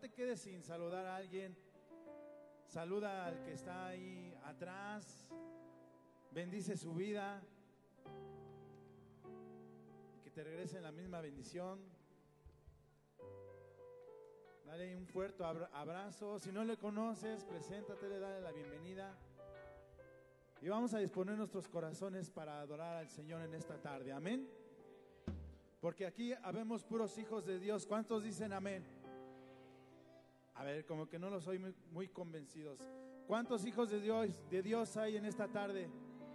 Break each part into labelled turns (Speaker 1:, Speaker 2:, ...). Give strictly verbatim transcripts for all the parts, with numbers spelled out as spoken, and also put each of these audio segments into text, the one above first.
Speaker 1: te quedes sin saludar a alguien. Saluda al que está ahí atrás. Bendice su vida. Y que te regrese en la misma bendición. Dale un fuerte abrazo. Si no le conoces, preséntatele, dale la bienvenida. Y vamos a disponer nuestros corazones para adorar al Señor en esta tarde. Amén. Porque aquí habemos puros hijos de Dios. ¿Cuántos dicen amén? A ver, como que no los soy muy, muy convencidos. ¿Cuántos hijos de Dios, de Dios hay en esta tarde?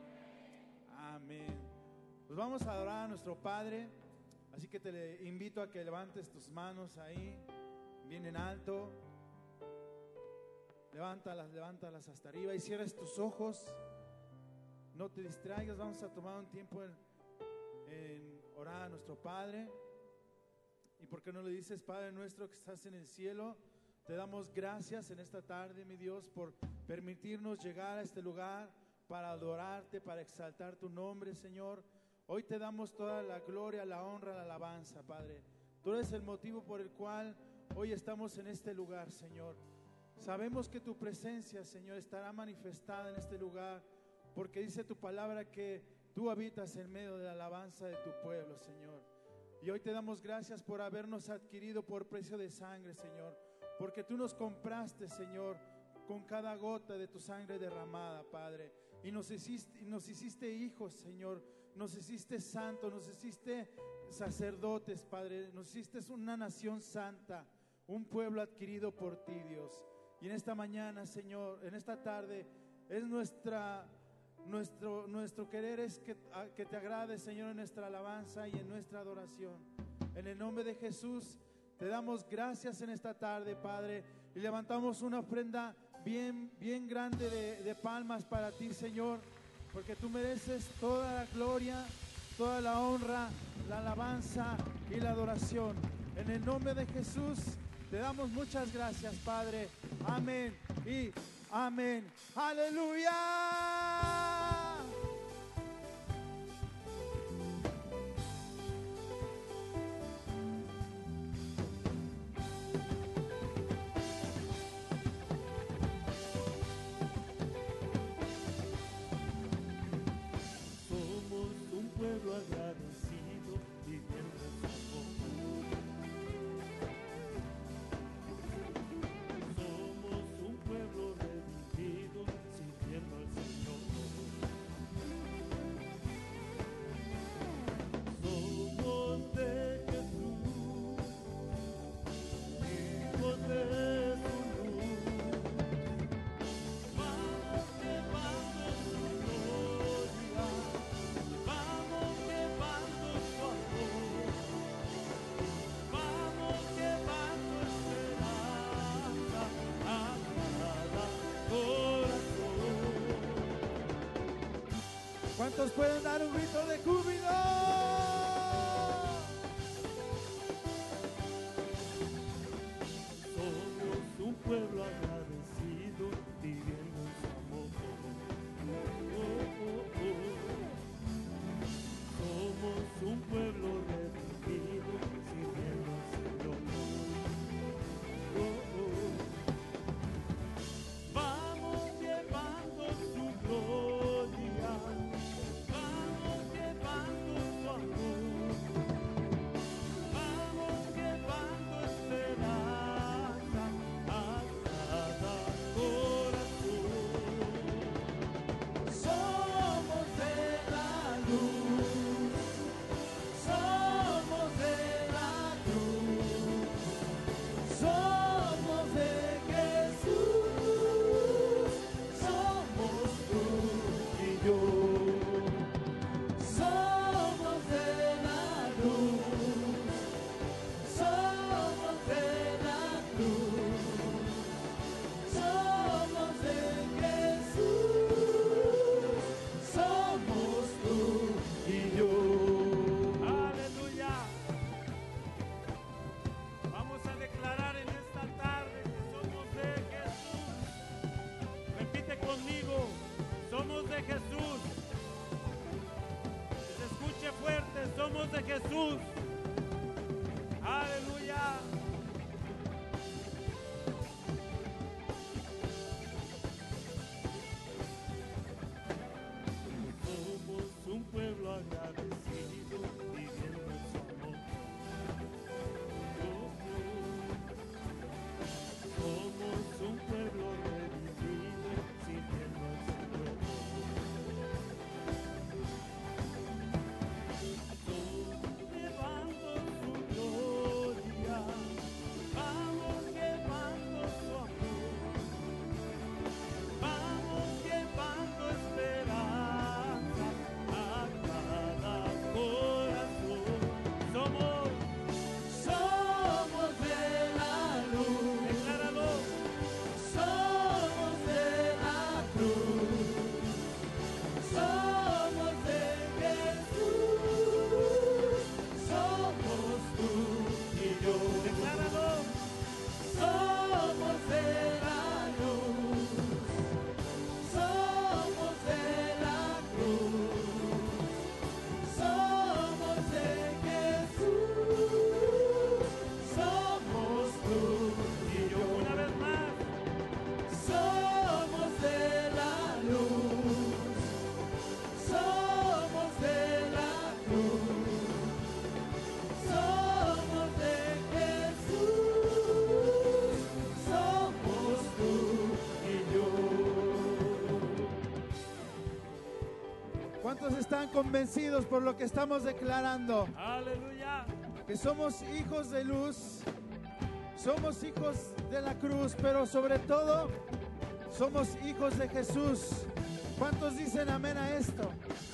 Speaker 1: Amén. Pues vamos a adorar a nuestro Padre. Así que te le invito a que levantes tus manos ahí, bien en alto. Levántalas, levántalas hasta arriba y cierres tus ojos. No te distraigas, vamos a tomar un tiempo en, en orar a nuestro Padre. ¿Y por qué no le dices: Padre nuestro que estás en el cielo? Te damos gracias en esta tarde, mi Dios, por permitirnos llegar a este lugar para adorarte, para exaltar tu nombre, Señor. Hoy te damos toda la gloria, la honra, la alabanza, Padre. Tú eres el motivo por el cual hoy estamos en este lugar, Señor. Sabemos que tu presencia, Señor, estará manifestada en este lugar, porque dice tu palabra que tú habitas en medio de la alabanza de tu pueblo, Señor. Y hoy te damos gracias por habernos adquirido por precio de sangre, Señor, porque tú nos compraste, Señor, con cada gota de tu sangre derramada, Padre. Y nos hiciste, y nos hiciste hijos, Señor. Nos hiciste santos, nos hiciste sacerdotes, Padre. Nos hiciste una nación santa, un pueblo adquirido por ti, Dios. Y en esta mañana, Señor, en esta tarde, es nuestra... Nuestro, nuestro querer es que, a, que te agrade, Señor, en nuestra alabanza y en nuestra adoración. En el nombre de Jesús te damos gracias en esta tarde, Padre, y levantamos una ofrenda bien, bien grande de, de palmas para ti, Señor, porque tú mereces toda la gloria, toda la honra, la alabanza y la adoración. En el nombre de Jesús te damos muchas gracias, Padre. Amén y amén. ¡Aleluya!
Speaker 2: Somos un pueblo agradecido y bien rezado. Somos un pueblo redimido sirviendo al Señor. Somos de Jesús, hijos de su luz. Vamos llevando su gloria, vamos llevando su amor, vamos llevando esperanza a cada corazón.
Speaker 1: ¿Cuántos pueden dar un grito de júbilo?
Speaker 2: Somos un pueblo agradecido viviendo en su amor. Oh, oh, oh. Somos un pueblo redimido sirviendo al Señor. Oh, oh. Vamos llevando su gloria, vamos llevando su amor, vamos llevando esperanza a cada corazón. Somos de la luz, somos de la cruz, somos de Jesús, somos tú y yo. Somos de la luz, somos de la cruz, somos de Jesús, somos tú y yo. Aleluya. Vamos a declarar en esta tarde que somos de Jesús. Repite conmigo: somos de Jesús. Que se escuche fuerte: somos de Jesús. Aleluya.
Speaker 1: ¿Cuántos están convencidos por lo que estamos declarando?
Speaker 2: Aleluya.
Speaker 1: Que somos hijos de luz, somos hijos de la cruz, pero sobre todo somos hijos de Jesús. ¿Cuántos dicen amén a esto?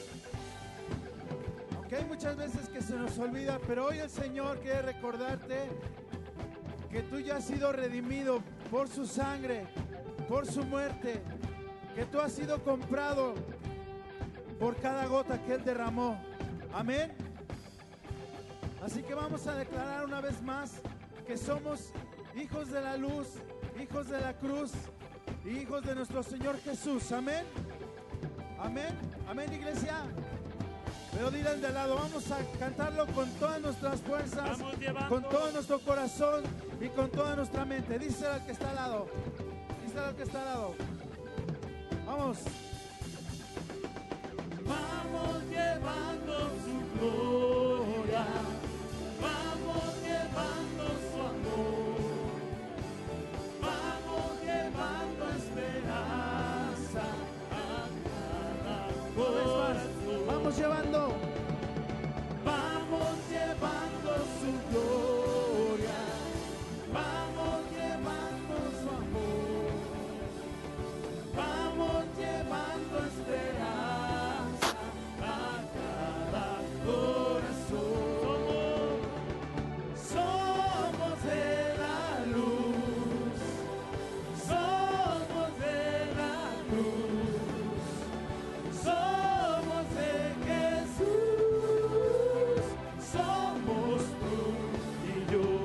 Speaker 1: Aunque hay muchas veces que se nos olvida, pero hoy el Señor quiere recordarte que tú ya has sido redimido por su sangre, por su muerte, que tú has sido comprado por cada gota que Él derramó. Amén. Así que vamos a declarar una vez más que somos hijos de la luz, hijos de la cruz y hijos de nuestro Señor Jesús. Amén. Amén. Amén, iglesia. Pero dile al de lado, vamos a cantarlo con todas nuestras fuerzas, con todo nuestro corazón y con toda nuestra mente. Díselo al que está al lado. Díselo al que está al lado. Vamos.
Speaker 2: Vamos llevando su gloria, vamos llevando su amor, vamos llevando esperanza a cada corazón.
Speaker 1: Vamos llevando,
Speaker 2: vamos llevando su gloria, vamos llevando su amor, vamos llevando esperanza a cada corazón. Somos de la luz, somos de la luz, somos de Jesús, somos tú y yo.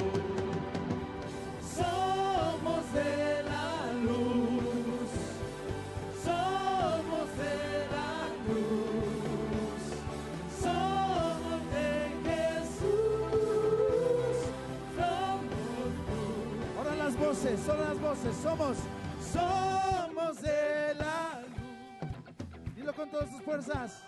Speaker 2: Somos de la luz, somos de la luz, somos de Jesús, somos tú.
Speaker 1: ahora las voces, son las voces, somos, somos de la luz. Dilo con todas tus fuerzas.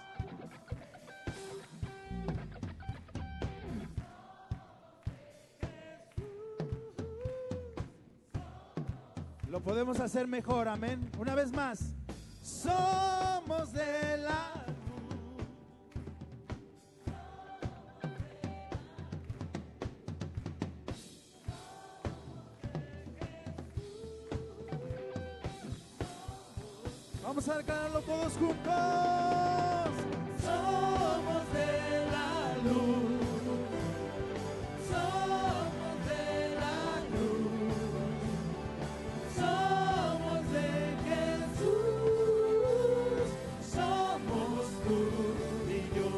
Speaker 1: Lo podemos hacer mejor, amén. Una vez más, somos de la luz. Vamos a declararlo todos juntos.
Speaker 2: Somos de la luz, somos de la luz, somos de Jesús, somos tú y yo.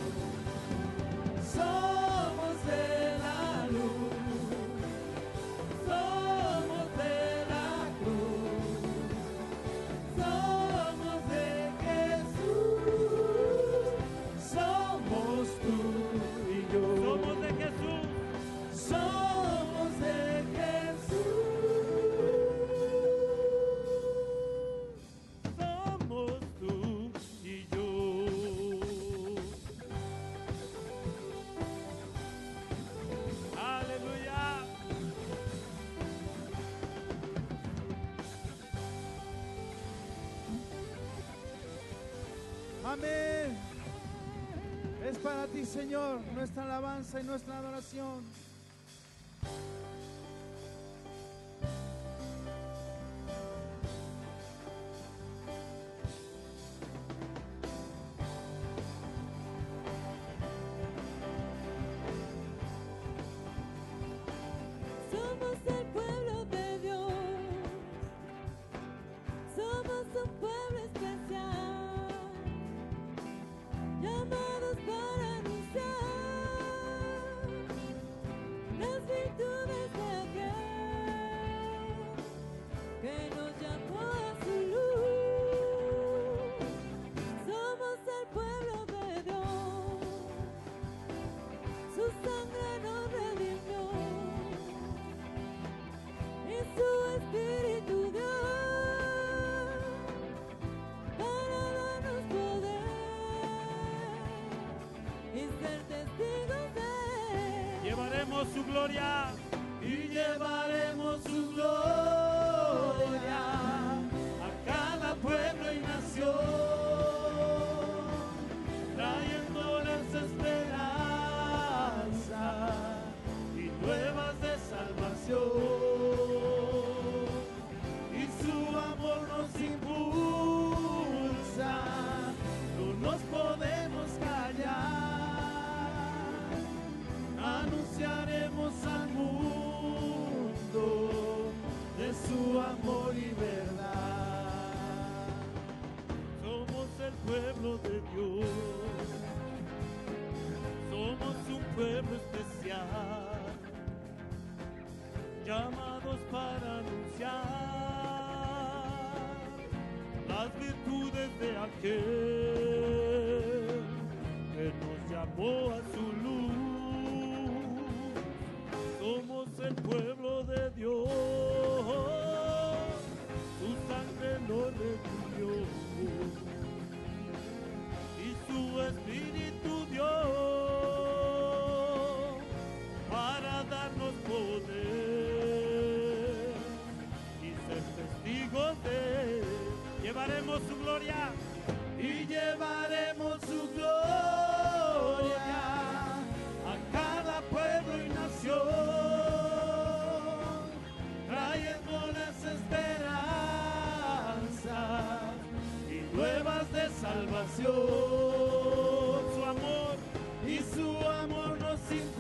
Speaker 2: Somos de la luz, somos de la cruz, somos de Jesús, somos tú y yo. Somos de Jesús, somos de Jesús, somos tú y yo. Aleluya.
Speaker 1: Amén. Es para ti, Señor, nuestra alabanza y nuestra adoración.
Speaker 3: Somos el pueblo de Dios, somos un pueblo especial, llamados para anunciar las virtudes de aquel que nos llamó a su luz. Somos el pueblo de Dios, su sangre nos redimió y su Espíritu dio para darnos poder y ser testigos de él.
Speaker 2: Llevaremos su gloria y llevaremos su gloria a cada pueblo y nación. llamados para anunciar las virtudes de aquel que nos llamó a su luz. Somos el pueblo de Dios, su sangre nos redimió y su espíritu dio para darnos poder y ser testigos de él. Llevaremos su gloria y llevaremos su gloria a cada pueblo y nación, trayéndoles esperanza y nuevas de salvación. Su amor y su amor nos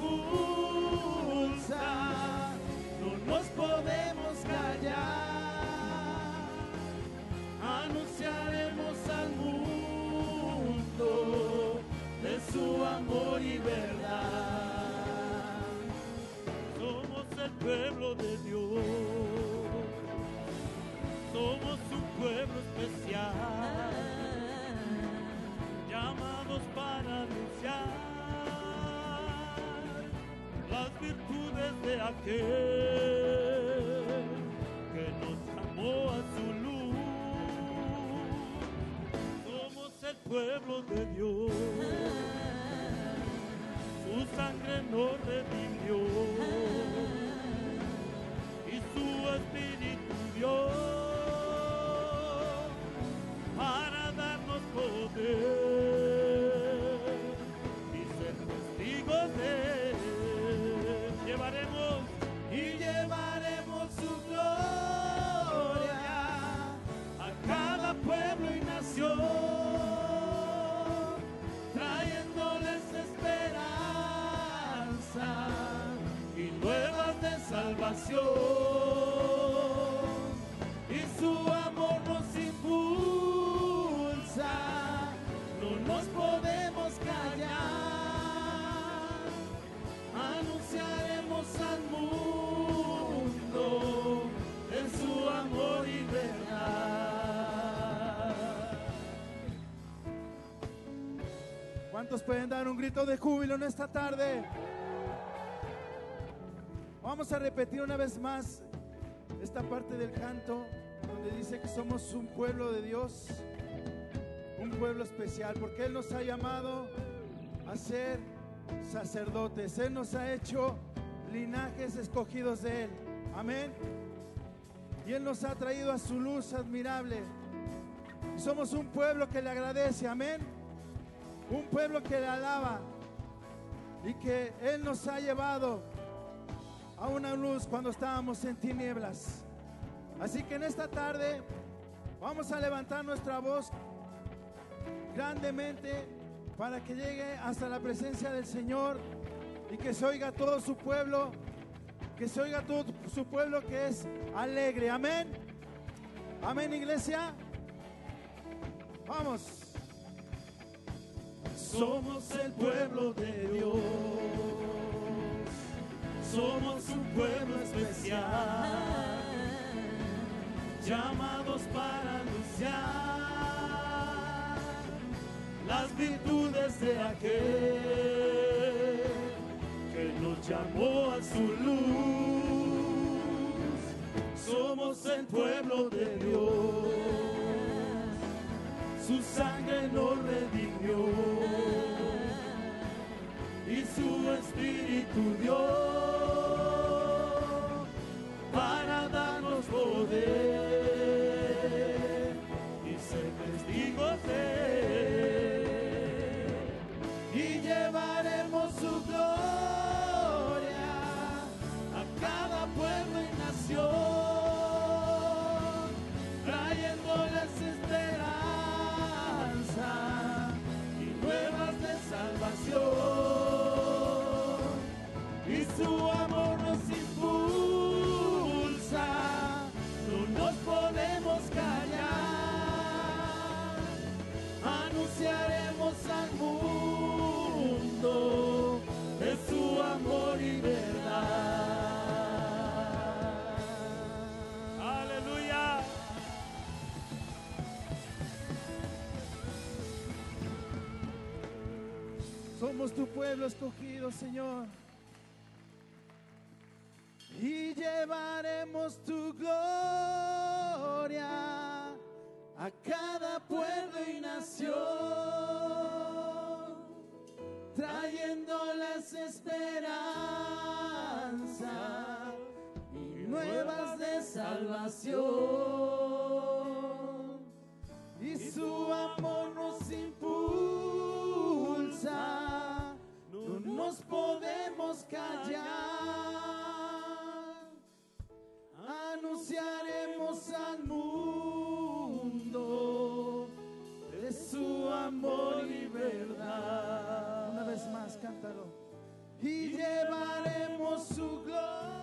Speaker 2: impulsa, no nos podemos callar, anunciaremos al mundo de su amor y verdad. Somos el pueblo de Dios, somos un pueblo especial, llamados para anunciar las virtudes de aquel que nos llamó a su luz. Somos el pueblo de Dios, su sangre nos redimió y su espíritu dio para darnos poder y ser testigos de él. Llevaremos y llevaremos su gloria a cada pueblo y nación, trayéndoles esperanza y nuevas de salvación. Y su amor nos impulsa, no nos podemos callar, anunciaremos al mundo de su amor y verdad.
Speaker 1: ¿Cuántos pueden dar un grito de júbilo en esta tarde? Vamos a repetir una vez más esta parte del canto donde dice que somos un pueblo de Dios, un pueblo especial, porque Él nos ha llamado a ser sacerdotes. Él nos ha hecho linajes escogidos de Él. Amén. Y Él nos ha traído a su luz admirable. Y somos un pueblo que le agradece. Amén. Un pueblo que le alaba. Y que Él nos ha llevado a una luz cuando estábamos en tinieblas. Así que en esta tarde vamos a levantar nuestra voz grandemente para que llegue hasta la presencia del Señor y que se oiga todo su pueblo, que se oiga todo su pueblo que es alegre. Amén. Amén, iglesia. Vamos.
Speaker 2: Somos el pueblo de Dios, somos un pueblo especial, llamados para anunciar las virtudes de aquel que nos llamó a su luz. Somos el pueblo de Dios, su sangre nos redimió y su espíritu dio para darnos poder y ser testigos de él. Y llevaremos su gloria a cada pueblo y nación, trayéndoles esperanza y nuevas de salvación. Y su amor nos impulsa, no nos podemos callar,
Speaker 1: Somos tu pueblo escogido, Señor. Y llevaremos tu gloria a cada pueblo y nación, trayéndoles esperanza y nuevas de salvación. Y su amor nos impulsa, no nos podemos callar. Anunciaremos al mundo de su amor y verdad. Una vez más, cántalo. Y llevaremos su gloria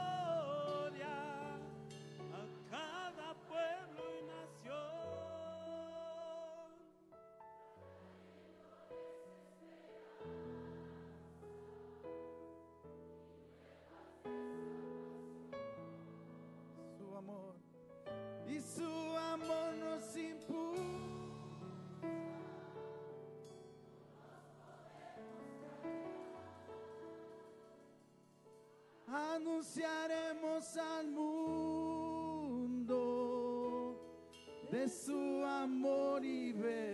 Speaker 2: a cada pueblo y nación.
Speaker 1: Su amor y su amor nos impulsa. Anunciaremos al mundo de su amor y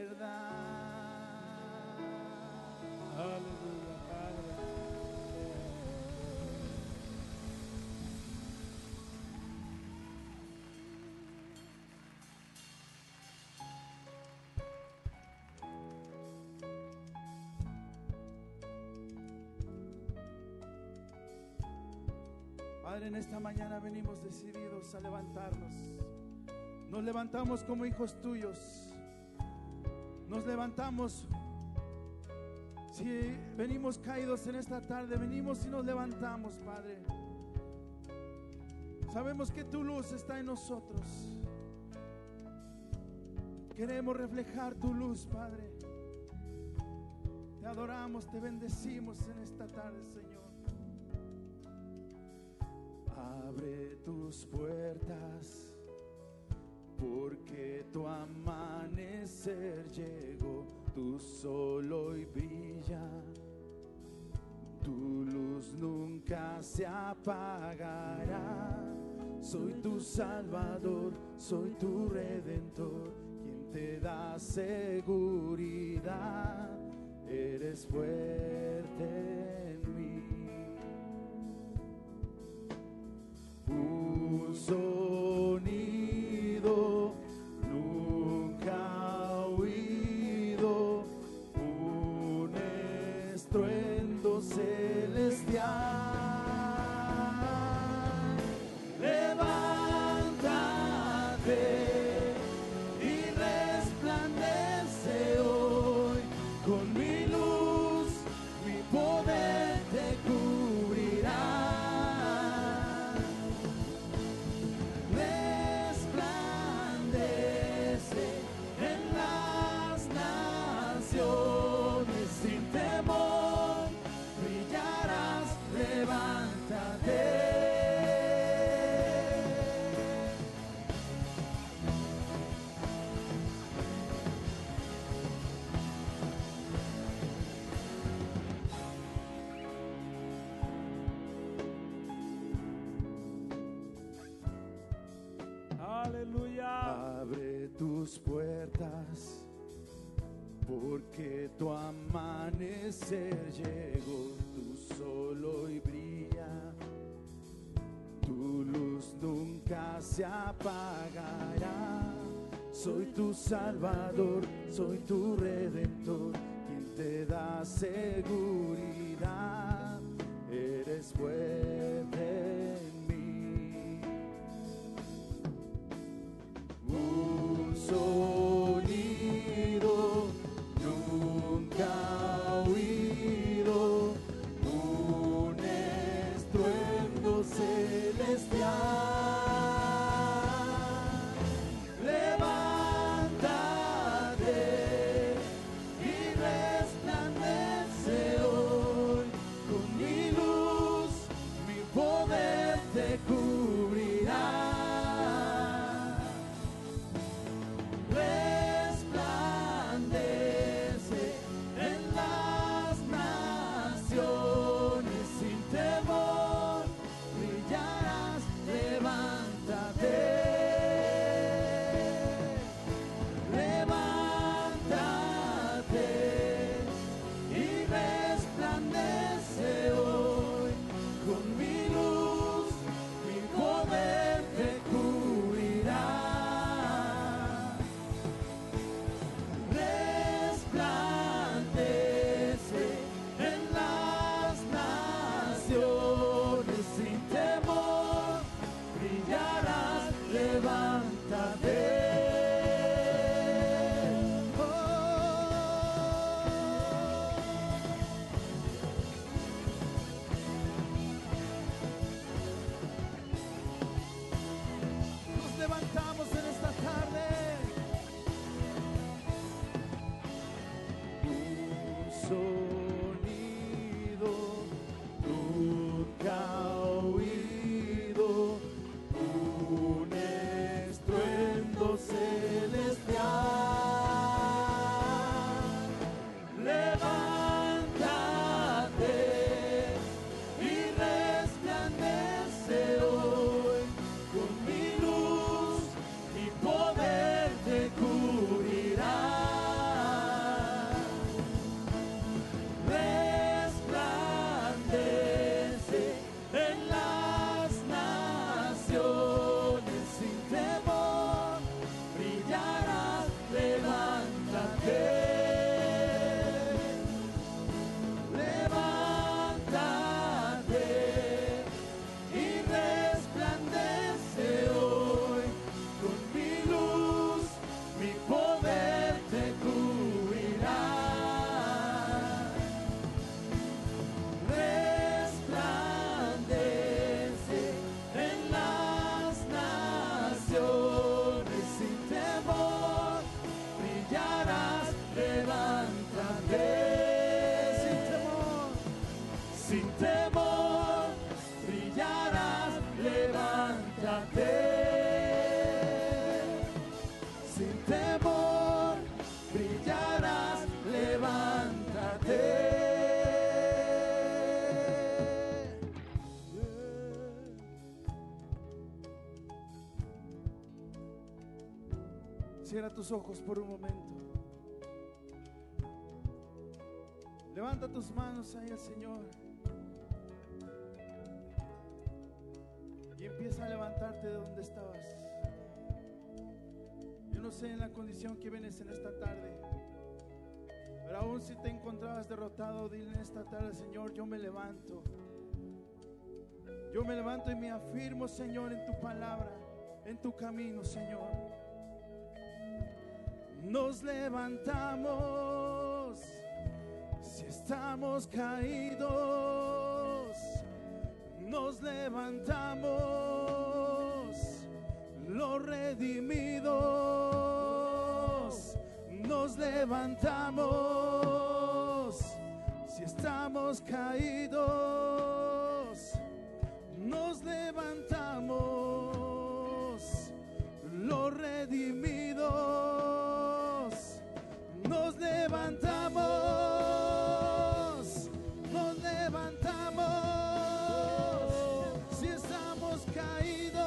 Speaker 1: verdad.
Speaker 2: Aleluya, Padre.
Speaker 1: Padre, en esta mañana venimos decididos a levantarnos. Nos levantamos como hijos tuyos. Nos levantamos. Si venimos caídos en esta tarde, venimos y nos levantamos, Padre. Sabemos que tu luz está en nosotros. Queremos reflejar tu luz, Padre. Te adoramos, te bendecimos en esta tarde, Señor. Abre tus puertas, porque tu amanecer llegó. Tu sol hoy brilla, tu luz nunca se apagará. Soy tu Salvador, soy tu Redentor, quien te da seguridad. Eres fuerte en mí. Un sonido nunca oído, un estruendo celestial. Levántate y resplandece hoy, con mi luz, mi poder te cubrirá.
Speaker 2: Aleluya.
Speaker 1: Abre tus puertas, porque tu amanecer llegó. Tu sol hoy brilla, tu luz nunca se apagará. Soy tu Salvador, soy tu Redentor, quien te da seguridad. Eres fuerte en mí. Un sonido nunca oído, un estruendo celestial. Levántate y resplandece hoy, con mi luz, mi Cierra tus ojos por un momento. Levanta tus manos ahí al Señor. Y empieza a levantarte de donde estabas. Yo no sé en la condición que vienes en esta tarde, pero aún si te encontrabas derrotado, dile en esta tarde: Señor, yo me levanto. Yo me levanto y me afirmo, Señor, en tu palabra, en tu camino, Señor. Nos levantamos si estamos caídos. Nos levantamos los redimidos. Nos levantamos si estamos caídos. Nos levantamos los redimidos. Nos levantamos, nos levantamos si estamos caídos.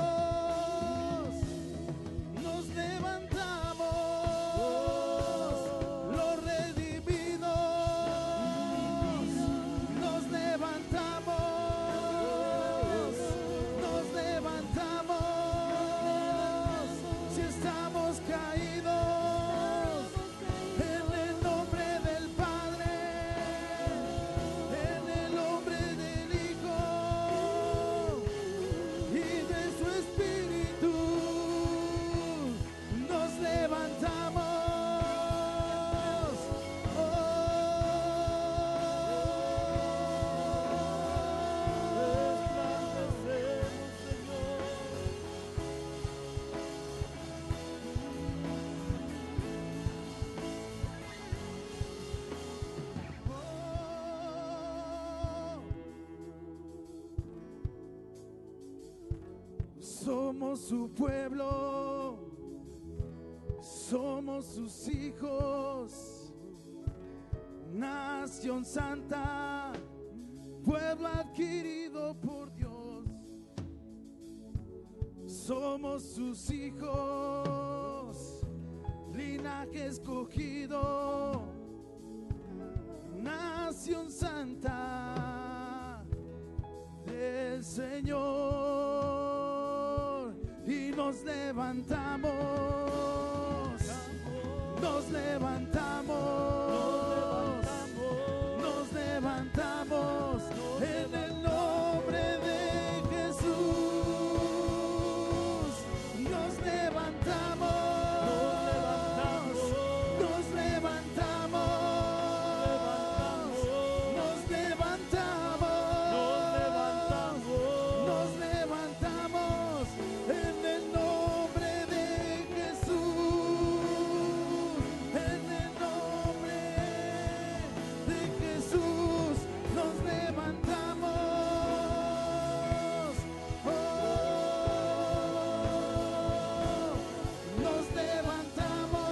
Speaker 1: Nos levantamos los redimidos. Nos levantamos, nos levantamos si estamos caídos. En el nombre del Padre, en el nombre del Hijo y de su Espíritu, nos levantamos. Somos su pueblo, somos sus hijos, nación santa, pueblo adquirido por Dios. Somos sus hijos, linaje escogido, nación santa del Señor. Y nos levantamos, nos levantamos, nos levantamos en el nombre de Jesús. Nos levantamos, nos levantamos, nos levantamos, nos levantamos en el nombre de Jesús, en el nombre de Jesús nos levantamos. Oh, nos levantamos,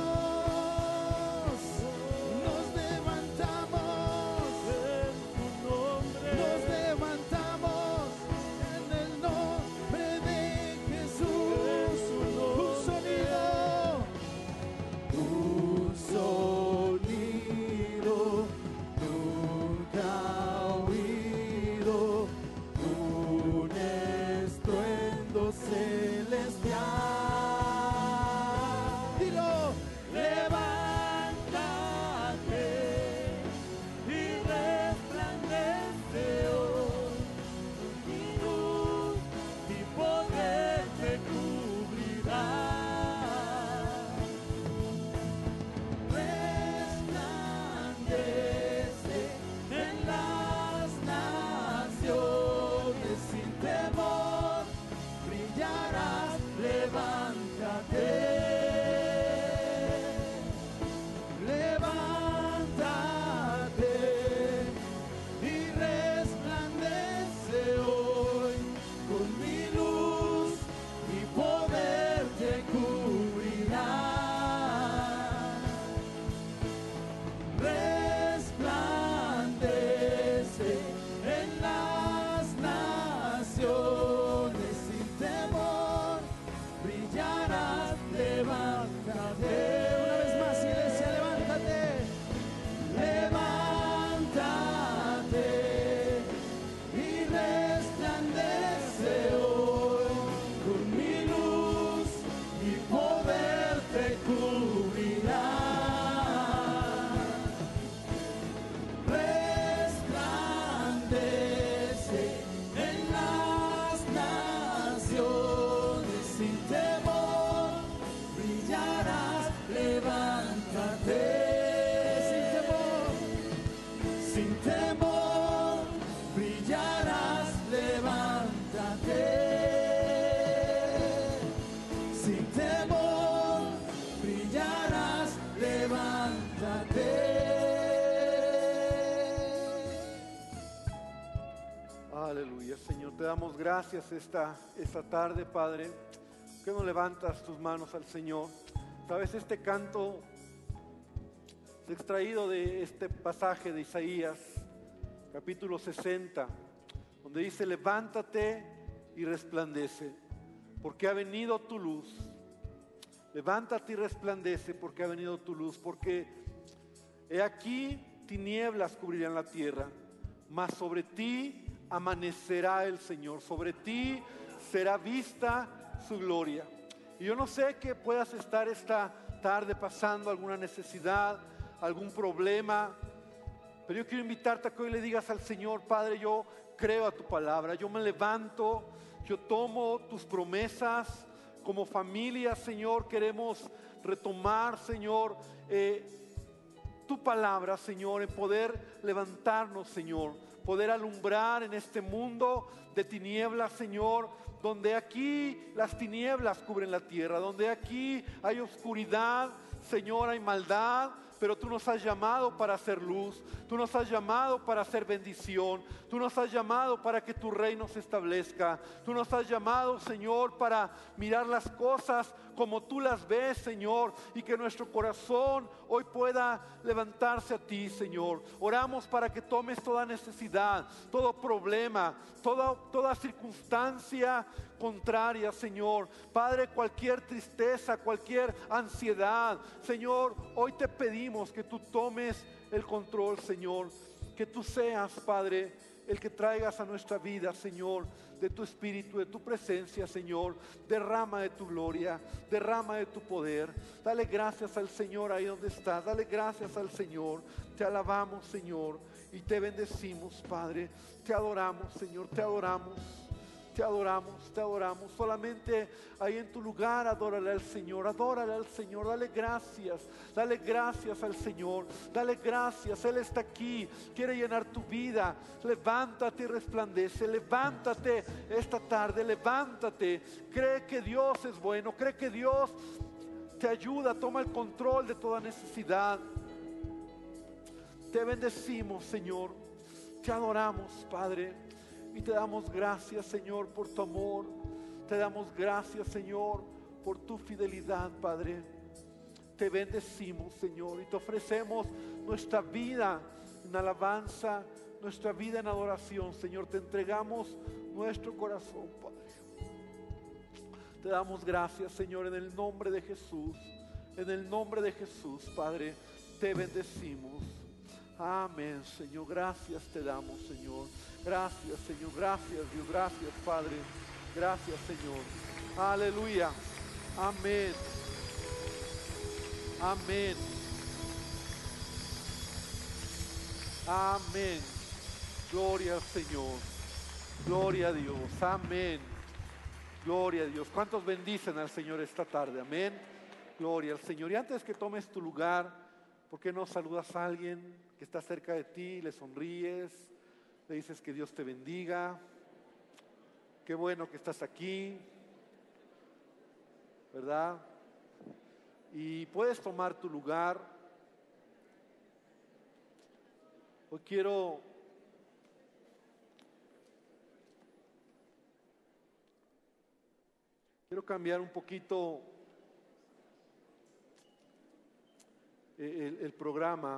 Speaker 1: nos levantamos en tu nombre, nos levantamos en el nombre de Jesús. Un sonido, un sonido nunca oído, un estruendo celestial. Dilo, levántate y resplandece hoy, y luz y poder te cubrirá. Resplandece en las naciones sin temor, brillarás, levántate. Levántate y resplandece hoy, con mi luz y poder te cubrirá. Resplandece en las naciones sin temor, brillarás, levántate.
Speaker 4: damos gracias esta, esta tarde, Padre. ¿Por qué no levantas tus manos al Señor? Sabes, este canto es extraído de este pasaje de Isaías, capítulo sesenta, donde dice: levántate y resplandece, porque ha venido tu luz. Levántate y resplandece, porque ha venido tu luz. Porque he aquí tinieblas cubrirán la tierra, mas sobre ti amanecerá el Señor, sobre ti será vista su gloria. Y yo no sé que puedas estar esta tarde pasando alguna necesidad, algún problema, pero yo quiero invitarte a que hoy le digas al Señor: Padre, yo creo a tu palabra, yo me levanto, yo tomo tus promesas. Como familia, Señor, queremos retomar, Señor, eh, tu palabra, Señor, en poder levantarnos, Señor, poder alumbrar en este mundo de tinieblas, Señor, donde aquí las tinieblas cubren la tierra, donde aquí hay oscuridad, Señor, hay maldad, pero tú nos has llamado para hacer luz, tú nos has llamado para hacer bendición, tú nos has llamado para que tu reino se establezca, tú nos has llamado, Señor, para mirar las cosas como tú las ves, Señor, y que nuestro corazón hoy pueda levantarse a ti, Señor. Oramos para que tomes toda necesidad, todo problema, toda, toda circunstancia contraria, Señor. Padre, cualquier tristeza, cualquier ansiedad, Señor, hoy te pedimos que tú tomes el control, Señor, que tú seas, Padre, el que traigas a nuestra vida, Señor, de tu espíritu, de tu presencia, Señor. Derrama de tu gloria, derrama de tu poder. Dale gracias al Señor ahí donde estás, dale gracias al Señor. Te alabamos, Señor, y te bendecimos, Padre. Te adoramos, Señor, te adoramos. Te adoramos, te adoramos. Solamente ahí en tu lugar adórale al Señor, adórale al Señor, dale gracias, dale gracias al Señor, dale gracias. Él está aquí, quiere llenar tu vida. Levántate y resplandece, levántate esta tarde, levántate. Cree que Dios es bueno, cree que Dios te ayuda, toma el control de toda necesidad. Te bendecimos, Señor, te adoramos, Padre. Y te damos gracias, Señor, por tu amor. Te damos gracias, Señor, por tu fidelidad, Padre. Te bendecimos, Señor, y te ofrecemos nuestra vida en alabanza, nuestra vida en adoración, Señor. Te entregamos nuestro corazón, Padre. Te damos gracias, Señor, en el nombre de Jesús. En el nombre de Jesús, Padre, te bendecimos. Amén, Señor. Gracias te damos, Señor. Gracias, Señor. Gracias, Dios. Gracias, Padre. Gracias, Señor. Aleluya. Amén. Amén. Amén. Gloria al Señor. Gloria a Dios. Amén. Gloria a Dios. ¿Cuántos bendicen al Señor esta tarde? Amén. Gloria al Señor. Y antes que tomes tu lugar, ¿por qué no saludas a alguien que está cerca de ti, le sonríes, le dices que Dios te bendiga? Qué bueno que estás aquí, ¿verdad? Y puedes tomar tu lugar. Hoy quiero quiero cambiar un poquito el, el programa.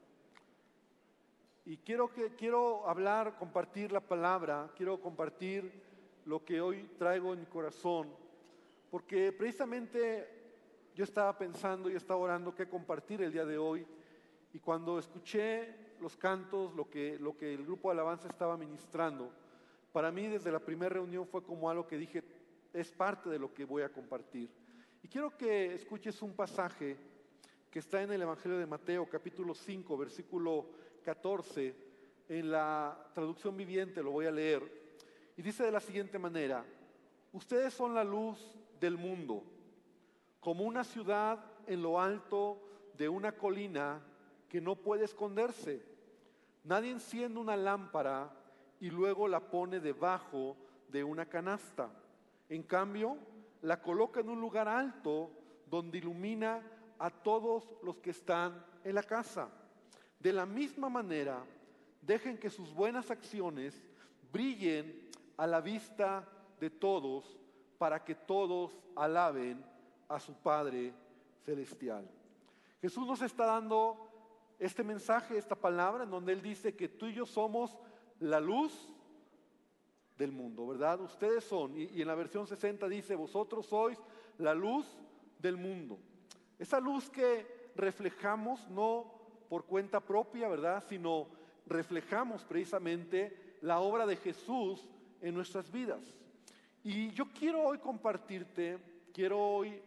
Speaker 4: Y quiero, que, quiero hablar, compartir la palabra, quiero compartir lo que hoy traigo en mi corazón, porque precisamente yo estaba pensando y estaba orando qué compartir el día de hoy, y cuando escuché los cantos, lo que, lo que el grupo de alabanza estaba ministrando, para mí desde la primera reunión fue como algo que dije, es parte de lo que voy a compartir. Y quiero que escuches un pasaje que está en el Evangelio de Mateo, capítulo cinco, versículo catorce, en la traducción viviente lo voy a leer, y dice de la siguiente manera: ustedes son la luz del mundo, como una ciudad en lo alto de una colina que no puede esconderse. Nadie enciende una lámpara y luego la pone debajo de una canasta. En cambio, la coloca en un lugar alto donde ilumina a todos los que están en la casa. De la misma manera, dejen que sus buenas acciones brillen a la vista de todos, para que todos alaben a su Padre celestial. Jesús nos está dando este mensaje, esta palabra, en donde Él dice que tú y yo somos la luz del mundo, ¿verdad? Ustedes son, y, y en la versión sesenta dice, vosotros sois la luz del mundo. Esa luz que reflejamos no por cuenta propia, ¿verdad? Sino reflejamos precisamente la obra de Jesús en nuestras vidas. Y yo quiero hoy compartirte, quiero hoy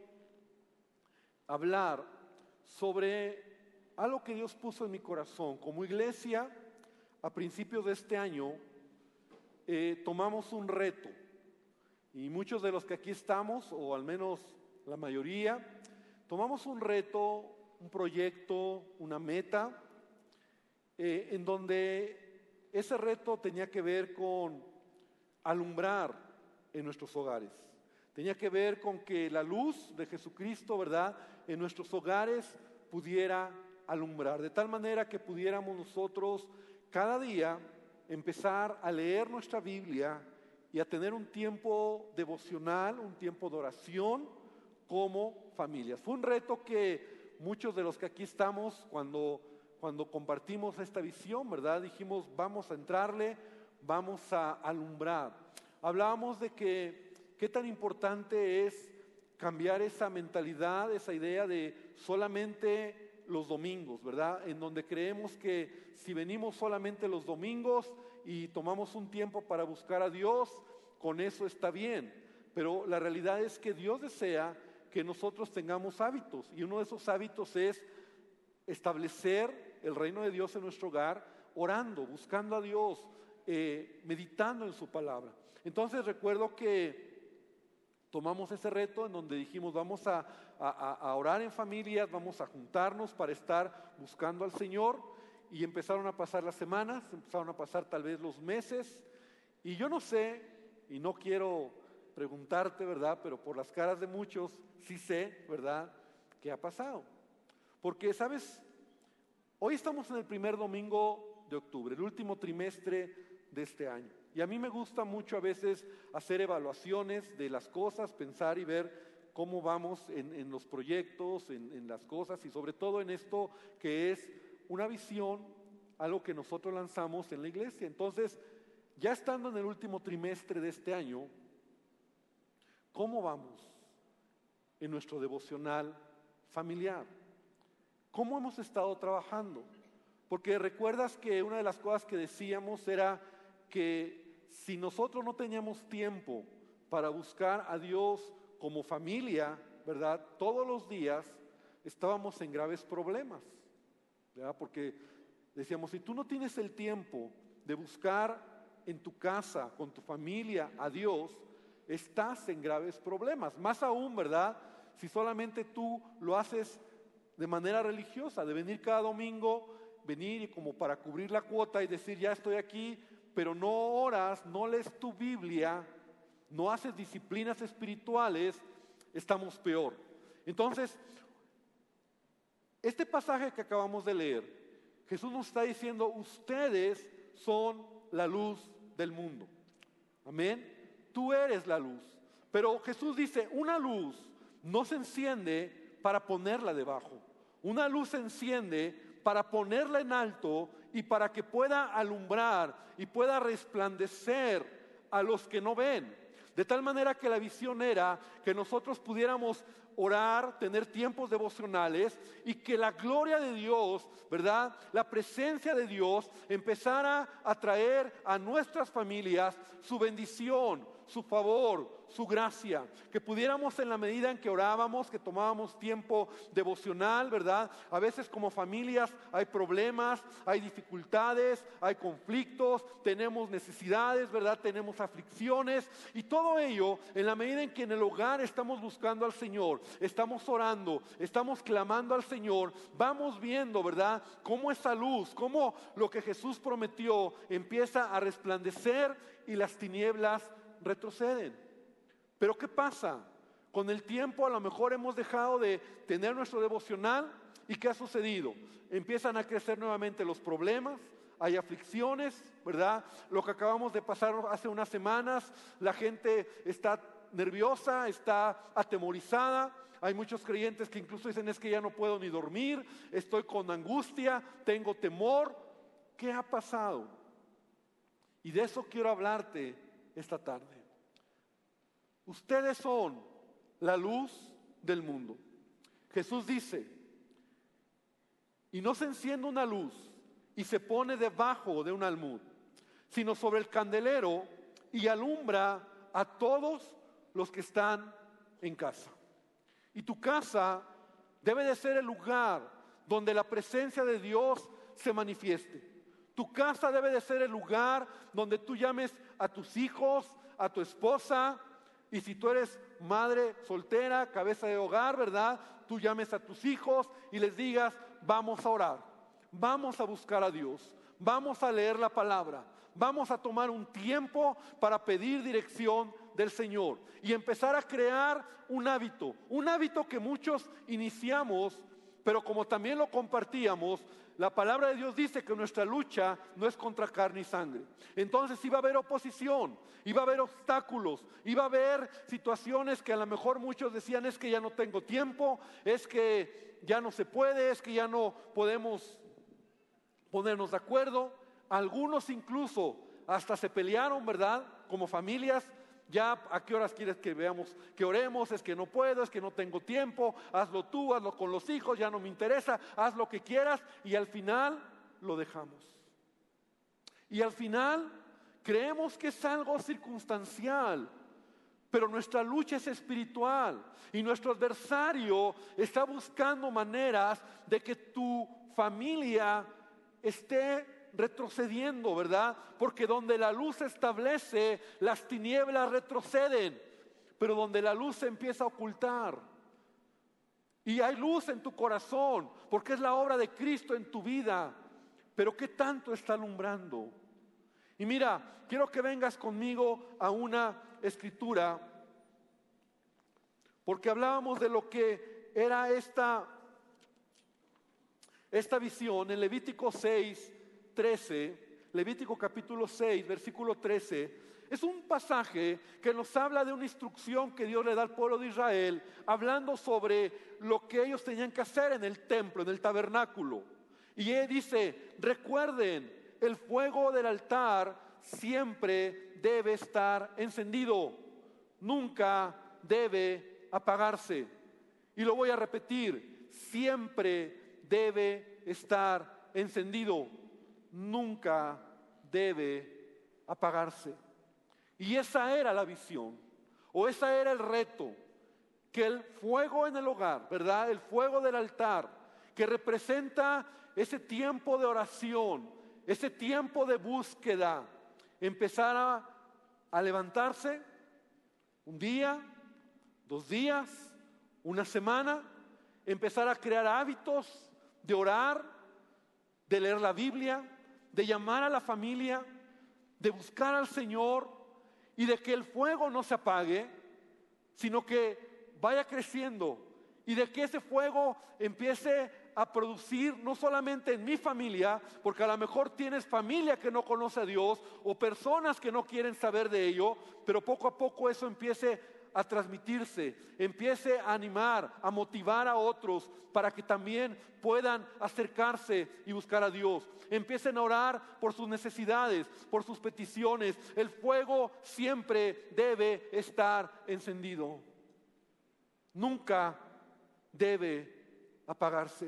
Speaker 4: hablar sobre algo que Dios puso en mi corazón. Como iglesia, a principios de este año, eh, tomamos un reto. Y muchos de los que aquí estamos, o al menos la mayoría, tomamos un reto, un proyecto, una meta, eh, en donde ese reto tenía que ver con alumbrar en nuestros hogares. Tenía que ver con que la luz de Jesucristo, ¿verdad?, en nuestros hogares pudiera alumbrar, de tal manera que pudiéramos nosotros cada día empezar a leer nuestra Biblia y a tener un tiempo devocional, un tiempo de oración como familias. Fue un reto que muchos de los que aquí estamos, cuando, cuando compartimos esta visión, ¿verdad?, dijimos, vamos a entrarle, vamos a alumbrar. Hablábamos de que qué tan importante es cambiar esa mentalidad, esa idea de solamente los domingos, ¿verdad? En donde creemos que si venimos solamente los domingos y tomamos un tiempo para buscar a Dios, con eso está bien. Pero la realidad es que Dios desea que nosotros tengamos hábitos, y uno de esos hábitos es establecer el reino de Dios en nuestro hogar, orando, buscando a Dios, eh, meditando en su palabra. Entonces recuerdo que tomamos ese reto en donde dijimos, vamos a, a, a orar en familias, vamos a juntarnos para estar buscando al Señor, y empezaron a pasar las semanas, empezaron a pasar tal vez los meses, y yo no sé, y no quiero preguntarte, ¿verdad?, pero por las caras de muchos sí sé, ¿verdad?, qué ha pasado. Porque, ¿sabes? Hoy estamos en el primer domingo de octubre, el último trimestre de este año. Y a mí me gusta mucho a veces hacer evaluaciones de las cosas, pensar y ver cómo vamos en, en los proyectos, en, en las cosas, y sobre todo en esto que es una visión, algo que nosotros lanzamos en la iglesia. Entonces, ya estando en el último trimestre de este año, ¿cómo vamos en nuestro devocional familiar? ¿Cómo hemos estado trabajando? Porque recuerdas que una de las cosas que decíamos era que si nosotros no teníamos tiempo para buscar a Dios como familia, ¿verdad?, todos los días, estábamos en graves problemas, ¿verdad? Porque decíamos, si tú no tienes el tiempo de buscar en tu casa, con tu familia, a Dios, estás en graves problemas. Más aún, ¿verdad?, si solamente tú lo haces de manera religiosa, de venir cada domingo, venir y como para cubrir la cuota y decir, ya estoy aquí, pero no oras, no lees tu Biblia, no haces disciplinas espirituales, estamos peor. Entonces, este pasaje que acabamos de leer, Jesús nos está diciendo, ustedes son la luz del mundo. Amén. Tú eres la luz. Pero Jesús dice, una luz no se enciende para ponerla debajo. Una luz se enciende para ponerla en alto y para que pueda alumbrar y pueda resplandecer a los que no ven. De tal manera que la visión era que nosotros pudiéramos orar, tener tiempos devocionales y que la gloria de Dios, ¿verdad?, la presencia de Dios empezara a traer a nuestras familias su bendición, su favor, su gracia, que pudiéramos en la medida en que orábamos, que tomábamos tiempo devocional, ¿verdad? A veces como familias hay problemas, hay dificultades, hay conflictos, tenemos necesidades, ¿verdad? Tenemos aflicciones y todo ello en la medida en que en el hogar estamos buscando al Señor, estamos orando, estamos clamando al Señor, vamos viendo, ¿verdad?, cómo esa luz, cómo lo que Jesús prometió empieza a resplandecer y las tinieblas retroceden. Pero ¿qué pasa? Con el tiempo a lo mejor hemos dejado de tener nuestro devocional y ¿qué ha sucedido? Empiezan a crecer nuevamente los problemas, hay aflicciones, ¿verdad? Lo que acabamos de pasar hace unas semanas, la gente está nerviosa, está atemorizada. Hay muchos creyentes que incluso dicen: es que ya no puedo ni dormir, estoy con angustia, tengo temor. ¿Qué ha pasado? Y de eso quiero hablarte esta tarde. Ustedes son la luz del mundo. Jesús dice: y no se enciende una luz y se pone debajo de un almud, sino sobre el candelero, y alumbra a todos los que están en casa. Y tu casa debe de ser el lugar donde la presencia de Dios se manifieste. Tu casa debe de ser el lugar donde tú llames a tus hijos, a tu esposa, y si tú eres madre soltera, cabeza de hogar, ¿verdad? Tú llames a tus hijos y les digas: vamos a orar, vamos a buscar a Dios, vamos a leer la palabra, vamos a tomar un tiempo para pedir dirección del Señor y empezar a crear un hábito, un hábito que muchos iniciamos, pero como también lo compartíamos, la palabra de Dios dice que nuestra lucha no es contra carne y sangre. Entonces iba a haber oposición, iba a haber obstáculos, iba a haber situaciones que a lo mejor muchos decían: es que ya no tengo tiempo, es que ya no se puede, es que ya no podemos ponernos de acuerdo. Algunos incluso hasta se pelearon, ¿verdad? Como familias. Ya, ¿a qué horas quieres que veamos, que oremos? Es que no puedo, es que no tengo tiempo, hazlo tú, hazlo con los hijos, ya no me interesa, haz lo que quieras, y al final lo dejamos. Y al final creemos que es algo circunstancial, pero nuestra lucha es espiritual y nuestro adversario está buscando maneras de que tu familia esté retrocediendo, ¿verdad? Porque donde la luz se establece, las tinieblas retroceden, pero donde la luz se empieza a ocultar. Y hay luz en tu corazón, porque es la obra de Cristo en tu vida, pero ¿qué tanto está alumbrando? Y mira, quiero que vengas conmigo a una escritura, porque hablábamos de lo que era esta, esta visión en Levítico seis, trece, Levítico capítulo seis, versículo trece, es un pasaje que nos habla de una instrucción que Dios le da al pueblo de Israel, hablando sobre lo que ellos tenían que hacer en el templo, en el tabernáculo. Y él dice: recuerden, el fuego del altar siempre debe estar encendido, nunca debe apagarse. Y lo voy a repetir: siempre debe estar encendido, nunca debe apagarse. Y esa era la visión, o esa era el reto, que el fuego en el hogar, ¿verdad? El fuego del altar, que representa ese tiempo de oración, ese tiempo de búsqueda, empezara a levantarse un día, dos días, una semana, empezar a crear hábitos de orar, de leer la Biblia, de llamar a la familia, de buscar al Señor, y de que el fuego no se apague, sino que vaya creciendo, y de que ese fuego empiece a producir no solamente en mi familia, porque a lo mejor tienes familia que no conoce a Dios o personas que no quieren saber de ello, pero poco a poco eso empiece a transmitirse, empiece a animar, a motivar a otros para que también puedan acercarse y buscar a Dios. Empiecen a orar por sus necesidades, por sus peticiones. El fuego siempre debe estar encendido, nunca debe apagarse.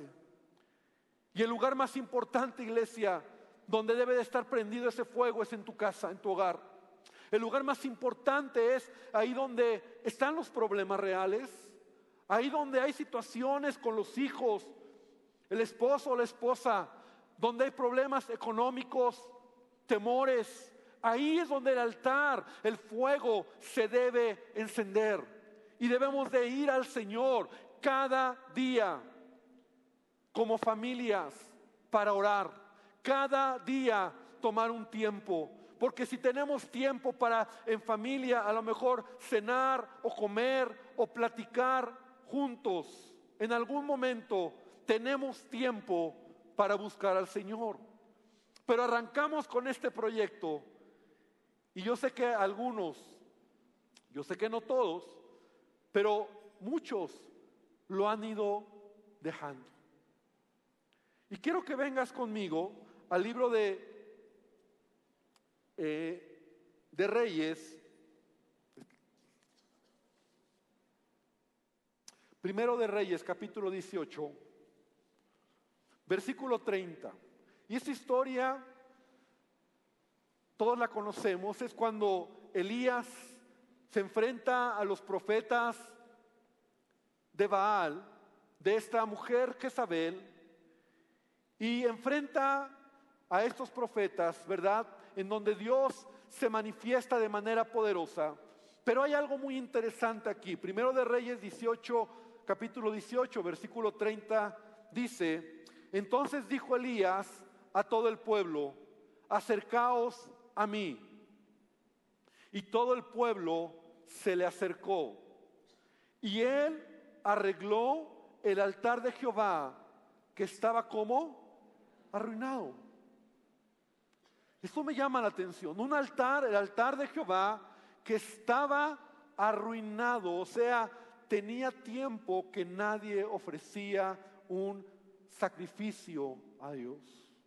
Speaker 4: Y el lugar más importante, iglesia, donde debe de estar prendido ese fuego es en tu casa, en tu hogar. El lugar más importante es ahí donde están los problemas reales, ahí donde hay situaciones con los hijos, el esposo o la esposa, donde hay problemas económicos, temores. Ahí es donde el altar, el fuego se debe encender. Y debemos de ir al Señor cada día como familias para orar. Cada día tomar un tiempo. Porque si tenemos tiempo para en familia a lo mejor cenar o comer o platicar juntos, en algún momento tenemos tiempo para buscar al Señor. Pero arrancamos con este proyecto y yo sé que algunos, yo sé que no todos, pero muchos lo han ido dejando. Y quiero que vengas conmigo al libro de, eh, de Reyes, primero de Reyes, capítulo dieciocho, versículo treinta. Y esta historia, todos la conocemos, es cuando Elías se enfrenta a los profetas de Baal, de esta mujer Jezabel, y enfrenta a estos profetas, ¿verdad? En donde Dios se manifiesta de manera poderosa. Pero hay algo muy interesante aquí. Primero de Reyes dieciocho, capítulo dieciocho, versículo treinta, dice: entonces dijo Elías a todo el pueblo: acercaos a mí. Y todo el pueblo se le acercó. Y él arregló el altar de Jehová, que estaba como arruinado. Esto me llama la atención. Un altar, el altar de Jehová, que estaba arruinado, o sea, tenía tiempo que nadie ofrecía un sacrificio a Dios.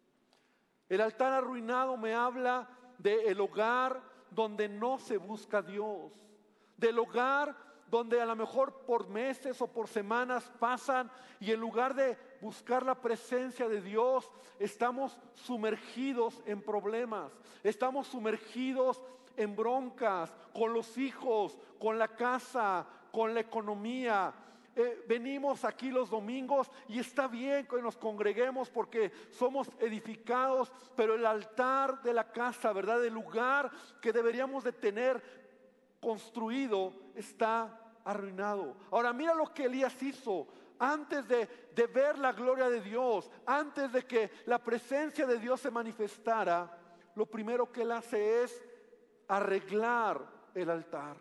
Speaker 4: El altar arruinado me habla del hogar donde no se busca a Dios, del hogar donde a lo mejor por meses o por semanas pasan y en lugar de buscar la presencia de Dios, estamos sumergidos en problemas, estamos sumergidos en broncas con los hijos, con la casa, con la economía. Eh, venimos aquí los domingos y está bien que nos congreguemos porque somos edificados, pero el altar de la casa, ¿verdad? El lugar que deberíamos de tener construido está arruinado. Ahora mira lo que Elías hizo. Antes de, de ver la gloria de Dios, antes de que la presencia de Dios se manifestara, lo primero que él hace es arreglar el altar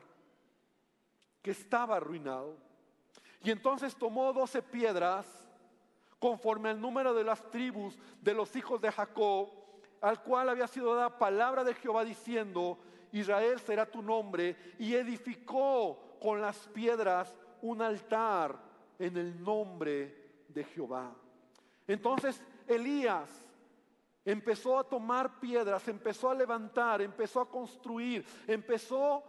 Speaker 4: que estaba arruinado. Y entonces tomó doce piedras, conforme al número de las tribus de los hijos de Jacob, al cual había sido dada palabra de Jehová diciendo: Israel será tu nombre, y edificó con las piedras un altar en el nombre de Jehová. Entonces Elías empezó a tomar piedras, empezó a levantar, empezó a construir, empezó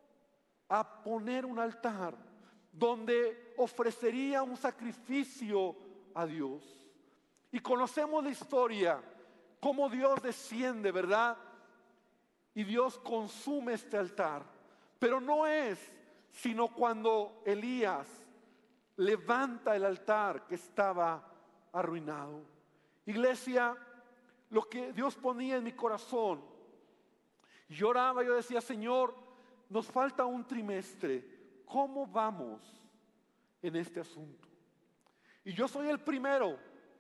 Speaker 4: a poner un altar donde ofrecería un sacrificio a Dios. Y conocemos la historia, cómo Dios desciende, ¿verdad? Y Dios consume este altar. Pero no es sino cuando Elías levanta el altar que estaba arruinado. Iglesia, lo que Dios ponía en mi corazón, lloraba, yo decía: Señor, nos falta un trimestre. ¿Cómo vamos en este asunto? Y yo soy el primero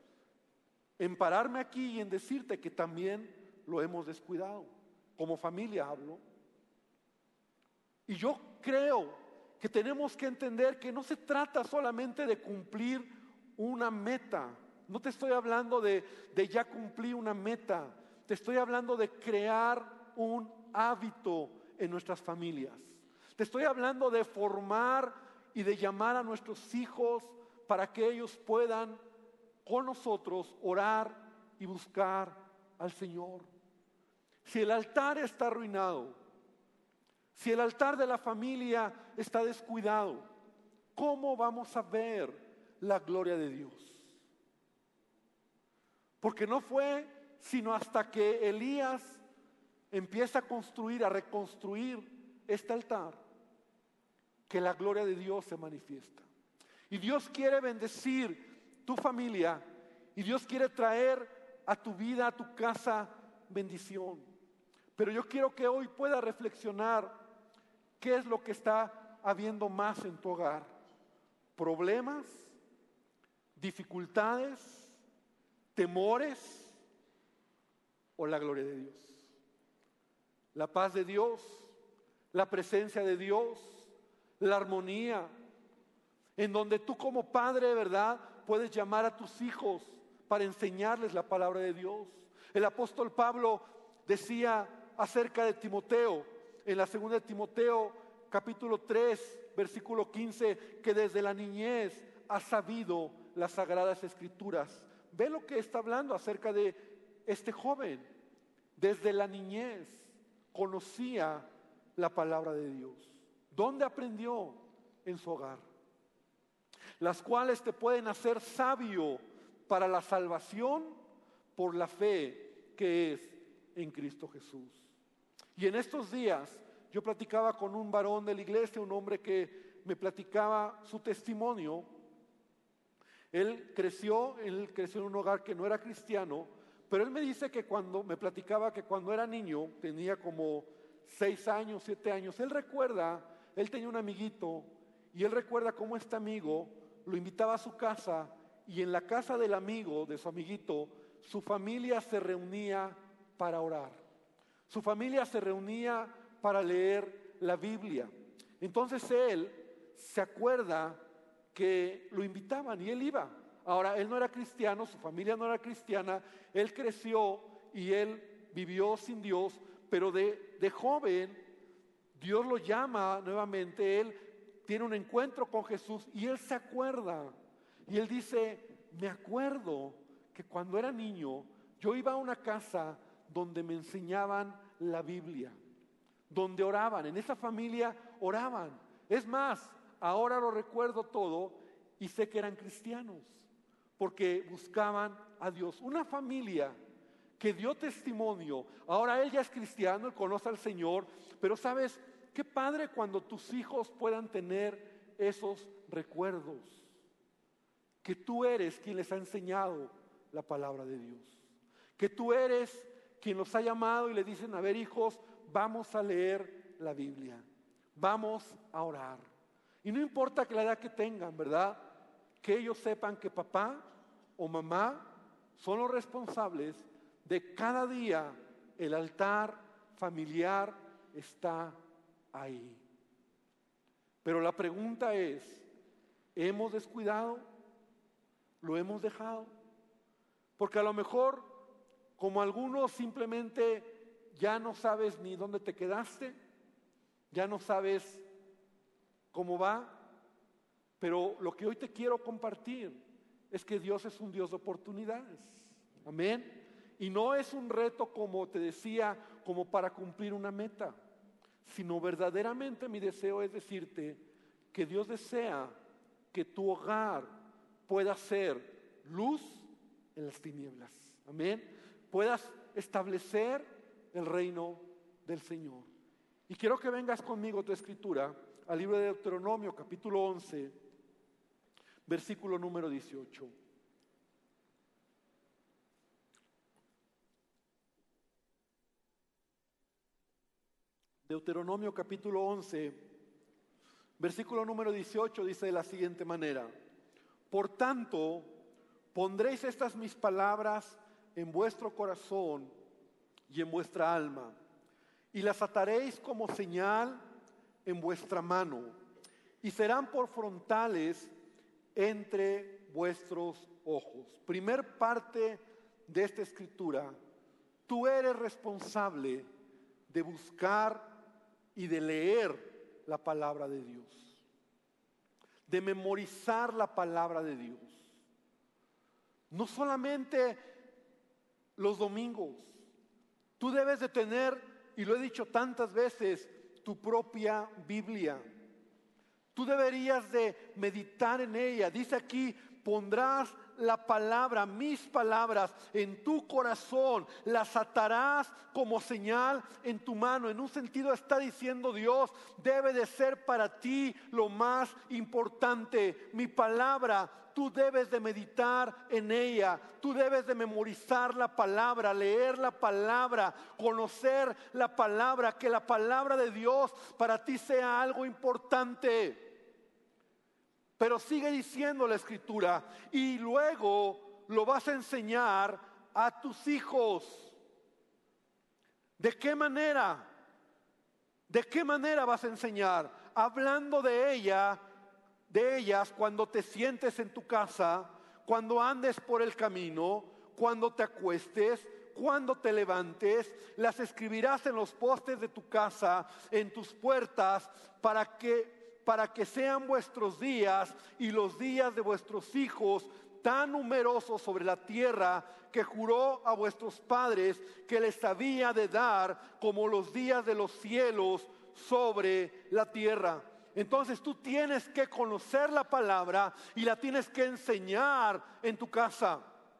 Speaker 4: en pararme aquí y en decirte que también lo hemos descuidado. Como familia hablo. Y yo creo que tenemos que entender que no se trata solamente de cumplir una meta. No te estoy hablando de, de ya cumplir una meta. Te estoy hablando de crear un hábito en nuestras familias. Te estoy hablando de formar y de llamar a nuestros hijos para que ellos puedan con nosotros orar y buscar al Señor. Si el altar está arruinado, si el altar de la familia está descuidado, ¿cómo vamos a ver la gloria de Dios? Porque no fue sino hasta que Elías empieza a construir, a reconstruir este altar, que la gloria de Dios se manifiesta. Y Dios quiere bendecir tu familia, y Dios quiere traer a tu vida, a tu casa, bendición. Pero yo quiero que hoy puedas reflexionar qué es lo que está habiendo más en tu hogar. Problemas, dificultades, temores o la gloria de Dios. La paz de Dios, la presencia de Dios, la armonía, en donde tú como padre, ¿verdad?, puedes llamar a tus hijos para enseñarles la palabra de Dios. El apóstol Pablo decía acerca de Timoteo, en la segunda de Timoteo, capítulo tres, versículo quince, que desde la niñez ha sabido las sagradas escrituras. Ve lo que está hablando acerca de este joven. Desde la niñez conocía la palabra de Dios. ¿Dónde aprendió? En su hogar. Las cuales te pueden hacer sabio para la salvación por la fe que es en Cristo Jesús. Y en estos días yo platicaba con un varón de la iglesia, un hombre que me platicaba su testimonio. Él creció, él creció en un hogar que no era cristiano, pero él me dice que cuando me platicaba que cuando era niño, tenía como seis años, siete años, él recuerda, él tenía un amiguito y él recuerda cómo este amigo lo invitaba a su casa y en la casa del amigo, de su amiguito, su familia se reunía para orar. Su familia se reunía para leer la Biblia. Entonces él se acuerda que lo invitaban y él iba. Ahora, él no era cristiano, su familia no era cristiana, él creció y él vivió sin Dios, pero de, de joven Dios lo llama nuevamente, él tiene un encuentro con Jesús y él se acuerda. Y él dice, me acuerdo que cuando era niño yo iba a una casa donde me enseñaban la Biblia, donde oraban, en esa familia oraban. Es más, ahora lo recuerdo todo y sé que eran cristianos, porque buscaban a Dios. Una familia que dio testimonio. Ahora él ya es cristiano, él conoce al Señor, pero sabes, qué padre cuando tus hijos puedan tener esos recuerdos, que tú eres quien les ha enseñado la palabra de Dios, que tú eres quien los ha llamado y le dicen, a ver hijos, vamos a leer la Biblia, vamos a orar. Y no importa que la edad que tengan, ¿verdad? Que ellos sepan que papá o mamá son los responsables de cada día el altar familiar está ahí. Pero la pregunta es, ¿hemos descuidado? ¿Lo hemos dejado? Porque a lo mejor, como algunos simplemente ya no sabes ni dónde te quedaste, ya no sabes cómo va, pero lo que hoy te quiero compartir es que Dios es un Dios de oportunidades. Amén. Y no es un reto, como te decía, como para cumplir una meta, sino verdaderamente mi deseo es decirte que Dios desea que tu hogar pueda ser luz en las tinieblas. Amén. Puedas establecer el reino del Señor. Y quiero que vengas conmigo tu escritura al libro de Deuteronomio, capítulo once, versículo número dieciocho. Deuteronomio capítulo once, versículo número dieciocho dice de la siguiente manera: por tanto, pondréis estas mis palabras en vuestro corazón y en vuestra alma, y las ataréis como señal en vuestra mano, y serán por frontales entre vuestros ojos. Primer parte de esta escritura: tú eres responsable de buscar y de leer la palabra de Dios, de memorizar la palabra de Dios. No solamente los domingos, tú debes de tener, y lo he dicho tantas veces, tu propia Biblia. Tú deberías de meditar en ella. Dice aquí, pondrás la palabra, mis palabras, en tu corazón, las atarás como señal en tu mano. En un sentido está diciendo Dios, debe de ser para ti lo más importante. Mi palabra, tú debes de meditar en ella, tú debes de memorizar la palabra, leer la palabra, conocer la palabra, que la palabra de Dios para ti sea algo importante. Pero sigue diciendo la escritura, y luego lo vas a enseñar a tus hijos. ¿De qué manera? ¿De qué manera vas a enseñar? Hablando de ella, de ellas cuando te sientes en tu casa, cuando andes por el camino, cuando te acuestes, cuando te levantes, las escribirás en los postes de tu casa, en tus puertas, para que, para que sean vuestros días y los días de vuestros hijos tan numerosos sobre la tierra que juró a vuestros padres que les había de dar, como los días de los cielos sobre la tierra. Entonces tú tienes que conocer la palabra y la tienes que enseñar en tu casa.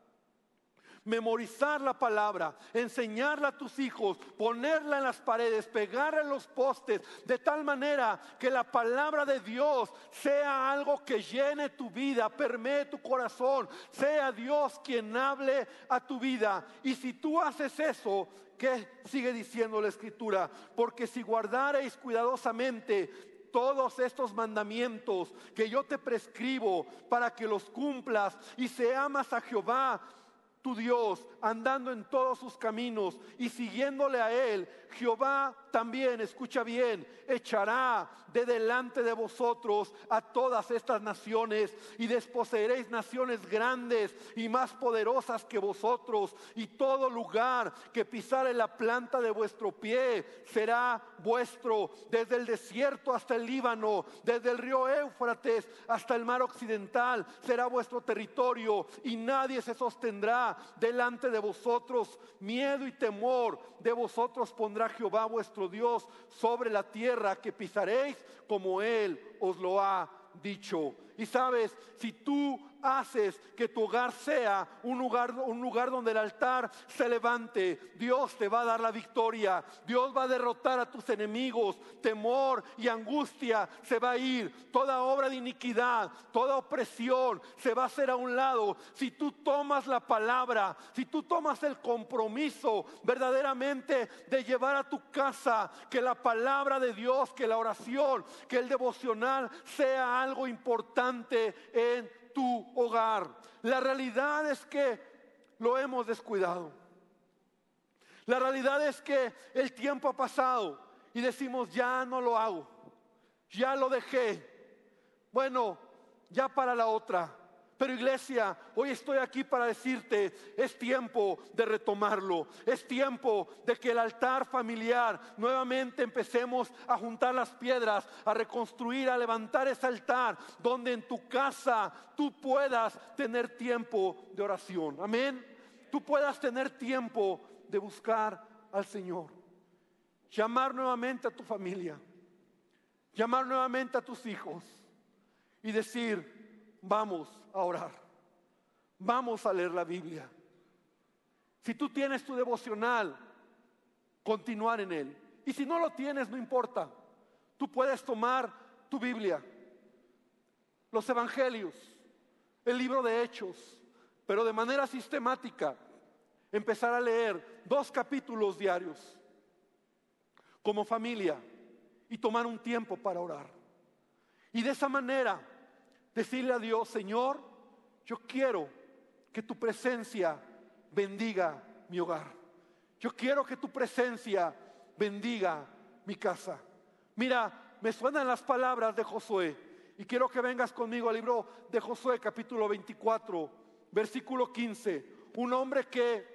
Speaker 4: Memorizar la palabra, enseñarla a tus hijos, ponerla en las paredes, pegarla en los postes, de tal manera que la palabra de Dios sea algo que llene tu vida, permee tu corazón, sea Dios quien hable a tu vida. Y si tú haces eso, ¿qué sigue diciendo la Escritura? Porque si guardareis cuidadosamente todos estos mandamientos que yo te prescribo para que los cumplas, y se amas a Jehová tu Dios, andando en todos sus caminos y siguiéndole a Él, Jehová también, escucha bien, echará de delante de vosotros a todas estas naciones, y desposeeréis naciones grandes y más poderosas que vosotros, y todo lugar que pisare la planta de vuestro pie será vuestro, desde el desierto hasta el Líbano, desde el río Éufrates hasta el mar occidental será vuestro territorio, y nadie se sostendrá delante de vosotros. Miedo y temor de vosotros pondrá Jehová vuestro Dios sobre la tierra que pisaréis, como Él os lo ha dicho. Y sabes, si tú haces que tu hogar sea un lugar, un lugar donde el altar se levante, Dios te va a dar la victoria. Dios va a derrotar a tus enemigos. Temor y angustia se va a ir. Toda obra de iniquidad, toda opresión se va a hacer a un lado. Si tú tomas la palabra, si tú tomas el compromiso verdaderamente de llevar a tu casa que la palabra de Dios, que la oración, que el devocional sea algo importante en tu hogar. La realidad es que lo hemos descuidado. La realidad es que el tiempo ha pasado y decimos, ya no lo hago, ya lo dejé, bueno, ya para la otra. Pero iglesia, hoy estoy aquí para decirte, es tiempo de retomarlo. Es tiempo de que el altar familiar nuevamente empecemos a juntar las piedras, a reconstruir, a levantar ese altar, donde en tu casa tú puedas tener tiempo de oración. Amén. Tú puedas tener tiempo de buscar al Señor. Llamar nuevamente a tu familia, llamar nuevamente a tus hijos y decir, vamos a orar, vamos a leer la Biblia. Si tú tienes tu devocional, continuar en él. Y si no lo tienes, no importa. Tú puedes tomar tu Biblia, los evangelios, el libro de Hechos, pero de manera sistemática empezar a leer dos capítulos diarios como familia y tomar un tiempo para orar. Y de esa manera decirle a Dios, Señor, yo quiero que tu presencia bendiga mi hogar. Yo quiero que tu presencia bendiga mi casa. Mira, me suenan las palabras de Josué y quiero que vengas conmigo al libro de Josué, capítulo veinticuatro, versículo quince. Un hombre que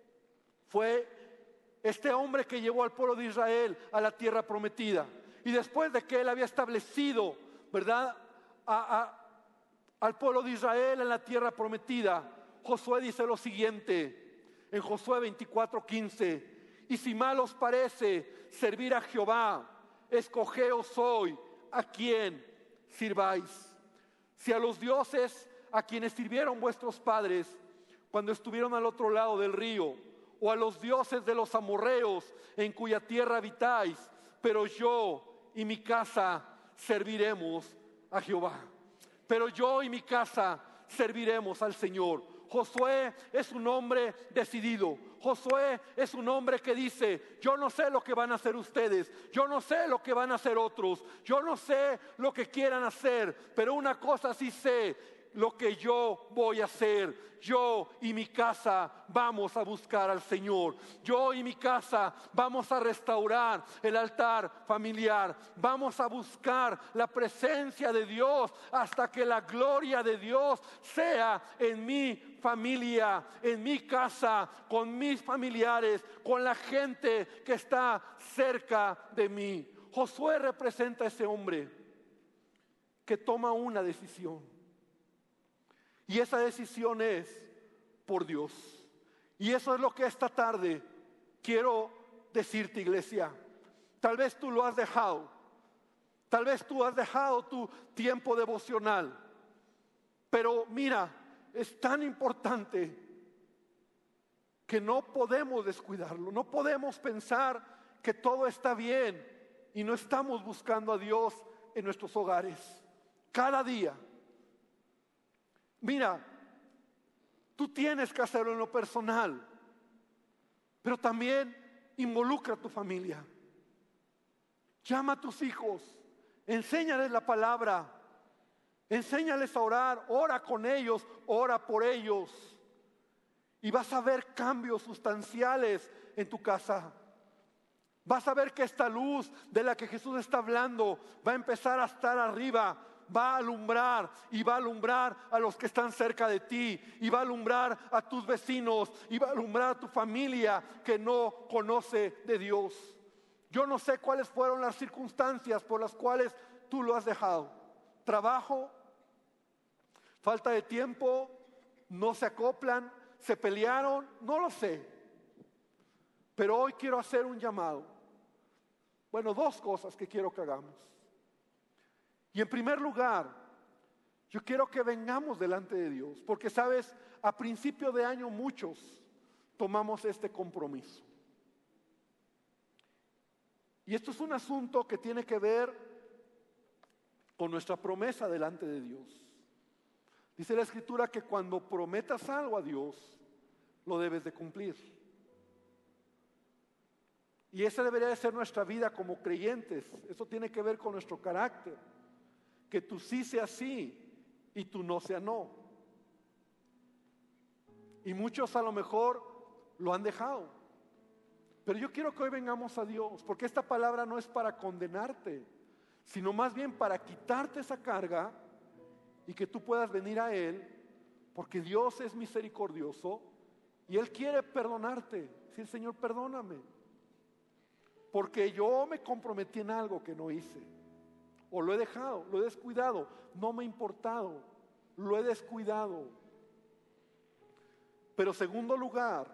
Speaker 4: fue este hombre que llevó al pueblo de Israel a la tierra prometida. Y después de que él había establecido, ¿verdad?, a, a al pueblo de Israel en la tierra prometida, Josué dice lo siguiente en Josué veinticuatro quince: y si mal os parece servir a Jehová, escogeos hoy a quien sirváis. Si a los dioses a quienes sirvieron vuestros padres cuando estuvieron al otro lado del río, o a los dioses de los amorreos en cuya tierra habitáis, pero yo y mi casa serviremos a Jehová. Pero yo y mi casa serviremos al Señor. Josué es un hombre decidido. Josué es un hombre que dice, yo no sé lo que van a hacer ustedes, yo no sé lo que van a hacer otros, yo no sé lo que quieran hacer, pero una cosa sí sé, lo que yo voy a hacer. Yo y mi casa vamos a buscar al Señor. Yo y mi casa vamos a restaurar el altar familiar. Vamos a buscar la presencia de Dios hasta que la gloria de Dios sea en mi familia, en mi casa, con mis familiares, con la gente que está cerca de mí. Josué representa a ese hombre que toma una decisión. Y esa decisión es por Dios. Y eso es lo que esta tarde quiero decirte, iglesia. Tal vez tú lo has dejado. Tal vez tú has dejado tu tiempo devocional. Pero mira, es tan importante que no podemos descuidarlo. No podemos pensar que todo está bien y no estamos buscando a Dios en nuestros hogares. Cada día. Mira, tú tienes que hacerlo en lo personal, pero también involucra a tu familia. Llama a tus hijos, enséñales la palabra, enséñales a orar, ora con ellos, ora por ellos. Y vas a ver cambios sustanciales en tu casa. Vas a ver que esta luz de la que Jesús está hablando va a empezar a estar arriba. Va a alumbrar y va a alumbrar a los que están cerca de ti, y va a alumbrar a tus vecinos, y va a alumbrar a tu familia que no conoce de Dios. Yo no sé cuáles fueron las circunstancias por las cuales tú lo has dejado. Trabajo, falta de tiempo, no se acoplan, se pelearon, no lo sé. Pero hoy quiero hacer un llamado. Bueno, dos cosas que quiero que hagamos. Y en primer lugar, yo quiero que vengamos delante de Dios, porque sabes, a principio de año muchos tomamos este compromiso. Y esto es un asunto que tiene que ver con nuestra promesa delante de Dios. Dice la Escritura que cuando prometas algo a Dios, lo debes de cumplir. Y esa debería de ser nuestra vida como creyentes. Eso tiene que ver con nuestro carácter. Que tú sí sea sí y tú no sea no. Y muchos a lo mejor lo han dejado. Pero yo quiero que hoy vengamos a Dios, porque esta palabra no es para condenarte, sino más bien para quitarte esa carga y que tú puedas venir a Él, porque Dios es misericordioso y Él quiere perdonarte. Decir, Señor, perdóname, porque yo me comprometí en algo que no hice. O lo he dejado, lo he descuidado, no me ha importado, lo he descuidado. Pero segundo lugar,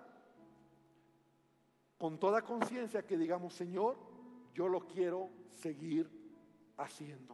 Speaker 4: con toda conciencia que digamos, Señor, yo lo quiero seguir haciendo.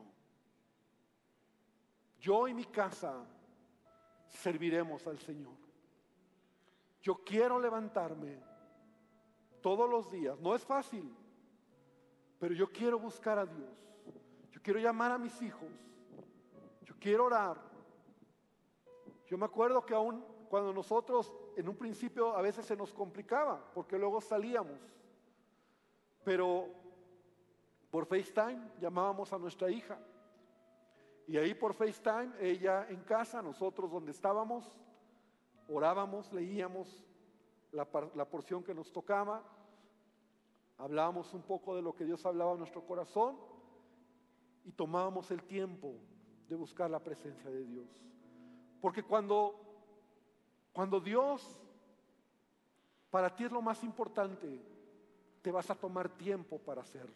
Speaker 4: Yo y mi casa serviremos al Señor. Yo quiero levantarme todos los días, no es fácil, pero yo quiero buscar a Dios. Yo quiero llamar a mis hijos. Yo quiero orar. Yo me acuerdo que aún cuando nosotros en un principio a veces se nos complicaba, porque luego salíamos. Pero por FaceTime llamábamos a nuestra hija. Y ahí por FaceTime, ella en casa, nosotros donde estábamos, orábamos, leíamos la, la porción que nos tocaba. Hablábamos un poco de lo que Dios hablaba en nuestro corazón. Y tomábamos el tiempo de buscar la presencia de Dios. Porque cuando, cuando Dios para ti es lo más importante, te vas a tomar tiempo para hacerlo.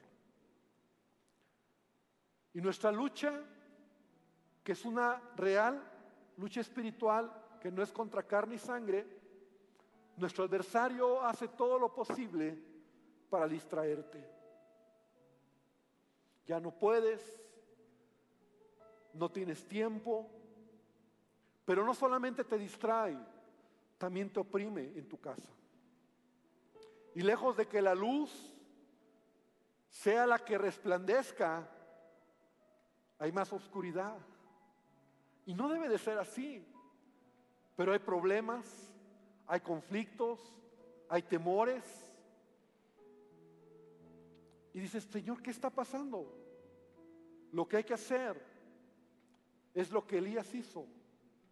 Speaker 4: Y nuestra lucha, que es una real lucha espiritual, que no es contra carne y sangre, nuestro adversario hace todo lo posible para distraerte. Ya no puedes, no tienes tiempo, pero no solamente te distrae, también te oprime en tu casa. Y lejos de que la luz sea la que resplandezca, hay más oscuridad. Y no debe de ser así, pero hay problemas, hay conflictos, hay temores. Y dices, Señor, ¿qué está pasando? Lo que hay que hacer es lo que Elías hizo.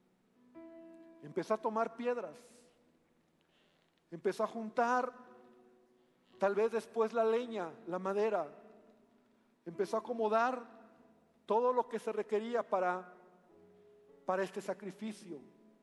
Speaker 4: empezó a tomar piedras, empezó a juntar tal vez después la leña, la madera, empezó a acomodar todo lo que se requería para, para este sacrificio.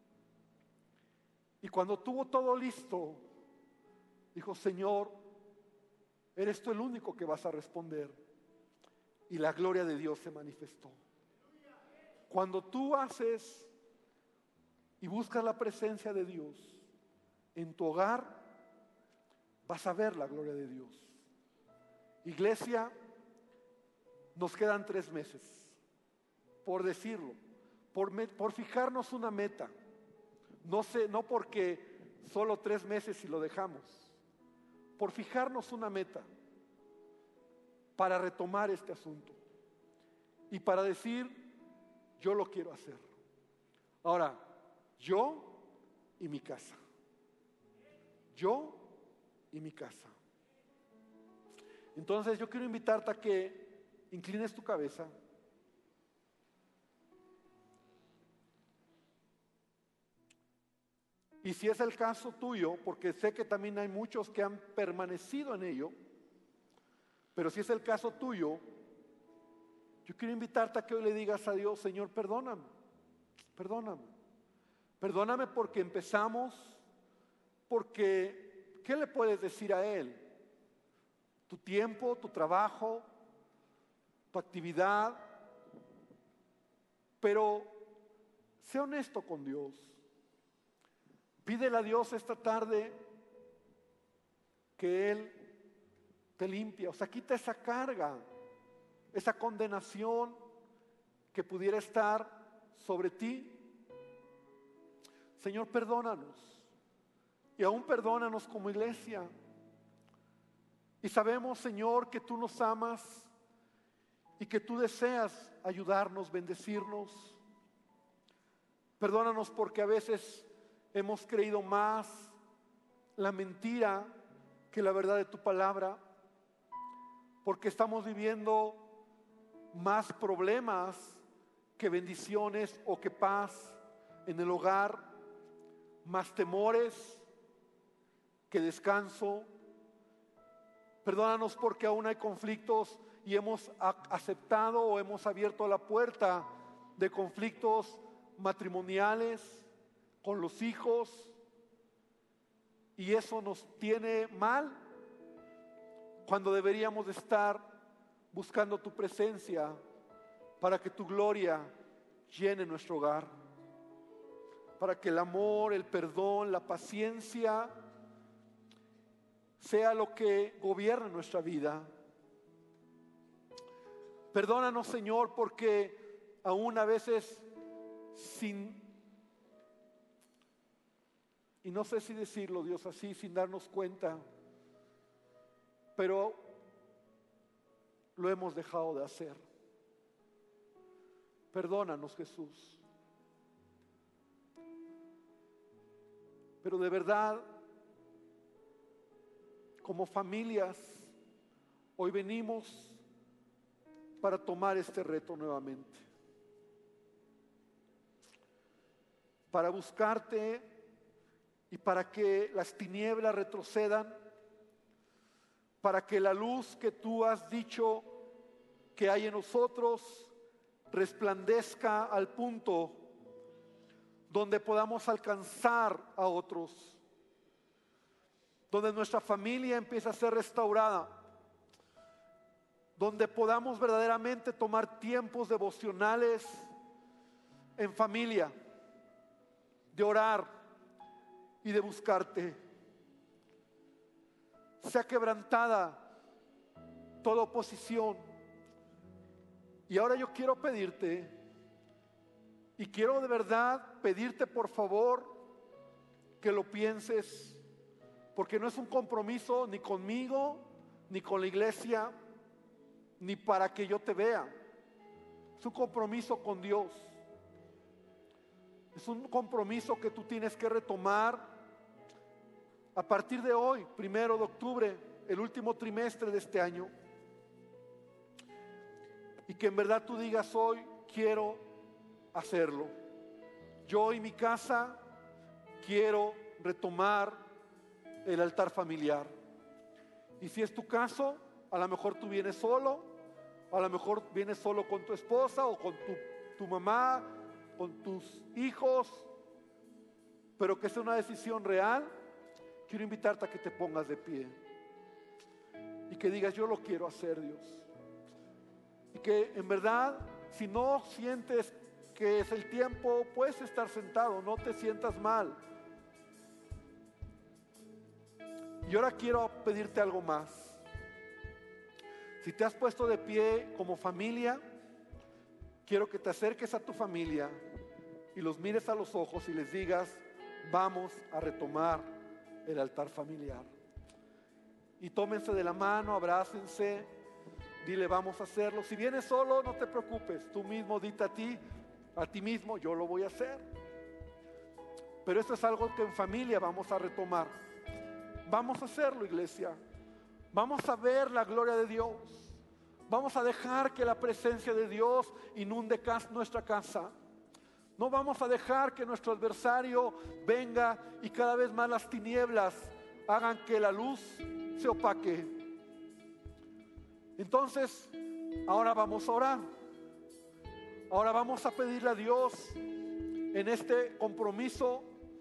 Speaker 4: Y cuando tuvo todo listo, dijo: Señor, eres tú el único que vas a responder. Y la gloria de Dios se manifestó. Cuando tú haces y buscas la presencia de Dios en tu hogar, vas a ver la gloria de Dios. Iglesia, nos quedan tres meses, por decirlo, por, me, por fijarnos una meta. No sé, no porque solo tres meses y lo dejamos, por fijarnos una meta para retomar este asunto y para decir: yo lo quiero hacer. Ahora, yo y mi casa. Yo y mi casa. Entonces yo quiero invitarte a que inclines tu cabeza. Y si es el caso tuyo, porque sé que también hay muchos que han permanecido en ello, pero si es el caso tuyo, yo quiero invitarte a que hoy le digas a Dios: Señor, perdóname, perdóname, perdóname porque empezamos, porque ¿qué le puedes decir a Él? Tu tiempo, tu trabajo, tu actividad, pero sé honesto con Dios. Pídele a Dios esta tarde que Él te limpie, o sea, quita esa carga, esa condenación que pudiera estar sobre ti. Señor, perdónanos, y aún perdónanos como iglesia. Y sabemos, Señor, que tú nos amas y que tú deseas ayudarnos, bendecirnos. Perdónanos porque a veces hemos creído más la mentira que la verdad de tu palabra, porque estamos viviendo más problemas que bendiciones o que paz en el hogar, más temores que descanso. Perdónanos porque aún hay conflictos y hemos aceptado o hemos abierto la puerta de conflictos matrimoniales con los hijos, y eso nos tiene mal cuando deberíamos de estar buscando tu presencia para que tu gloria llene nuestro hogar, para que el amor, el perdón, la paciencia sea lo que gobierne nuestra vida. Perdónanos, Señor, porque aún a veces sin, y no sé si decirlo, Dios, así sin darnos cuenta, pero lo hemos dejado de hacer. Perdónanos, Jesús. Pero de verdad, como familias, hoy venimos para tomar este reto nuevamente, para buscarte y para que las tinieblas retrocedan, para que la luz que tú has dicho que hay en nosotros resplandezca al punto donde podamos alcanzar a otros, donde nuestra familia empiece a ser restaurada, donde podamos verdaderamente tomar tiempos devocionales en familia, de orar y de buscarte. Sea quebrantada toda oposición. Y ahora yo quiero pedirte, y quiero de verdad pedirte por favor que lo pienses, porque no es un compromiso ni conmigo, ni con la iglesia, ni para que yo te vea. Es un compromiso con Dios. Es un compromiso que tú tienes que retomar a partir de hoy, primero de octubre, el último trimestre de este año. Y que en verdad tú digas: hoy quiero hacerlo. Yo y mi casa quiero retomar el altar familiar. Y si es tu caso, a lo mejor tú vienes solo, a lo mejor vienes solo con tu esposa o con tu, tu mamá, con tus hijos, pero que sea una decisión real. Quiero invitarte a que te pongas de pie y que digas: yo lo quiero hacer, Dios. Y que en verdad, si no sientes que es el tiempo, puedes estar sentado, no te sientas mal. Y ahora quiero pedirte algo más. Si te has puesto de pie como familia, quiero que te acerques a tu familia y los mires a los ojos y les digas: vamos a retomar el altar familiar. Y tómense de la mano, abrácense, dile: vamos a hacerlo. Si vienes solo, no te preocupes, tú mismo dite a ti, a ti mismo: yo lo voy a hacer. Pero esto es algo que en familia vamos a retomar. Vamos a hacerlo, iglesia. Vamos a ver la gloria de Dios. Vamos a dejar que la presencia de Dios inunde nuestra casa. No vamos a dejar que nuestro adversario venga y cada vez más las tinieblas hagan que la luz se opaque. Entonces, ahora vamos a orar. Ahora vamos a pedirle a Dios en este compromiso.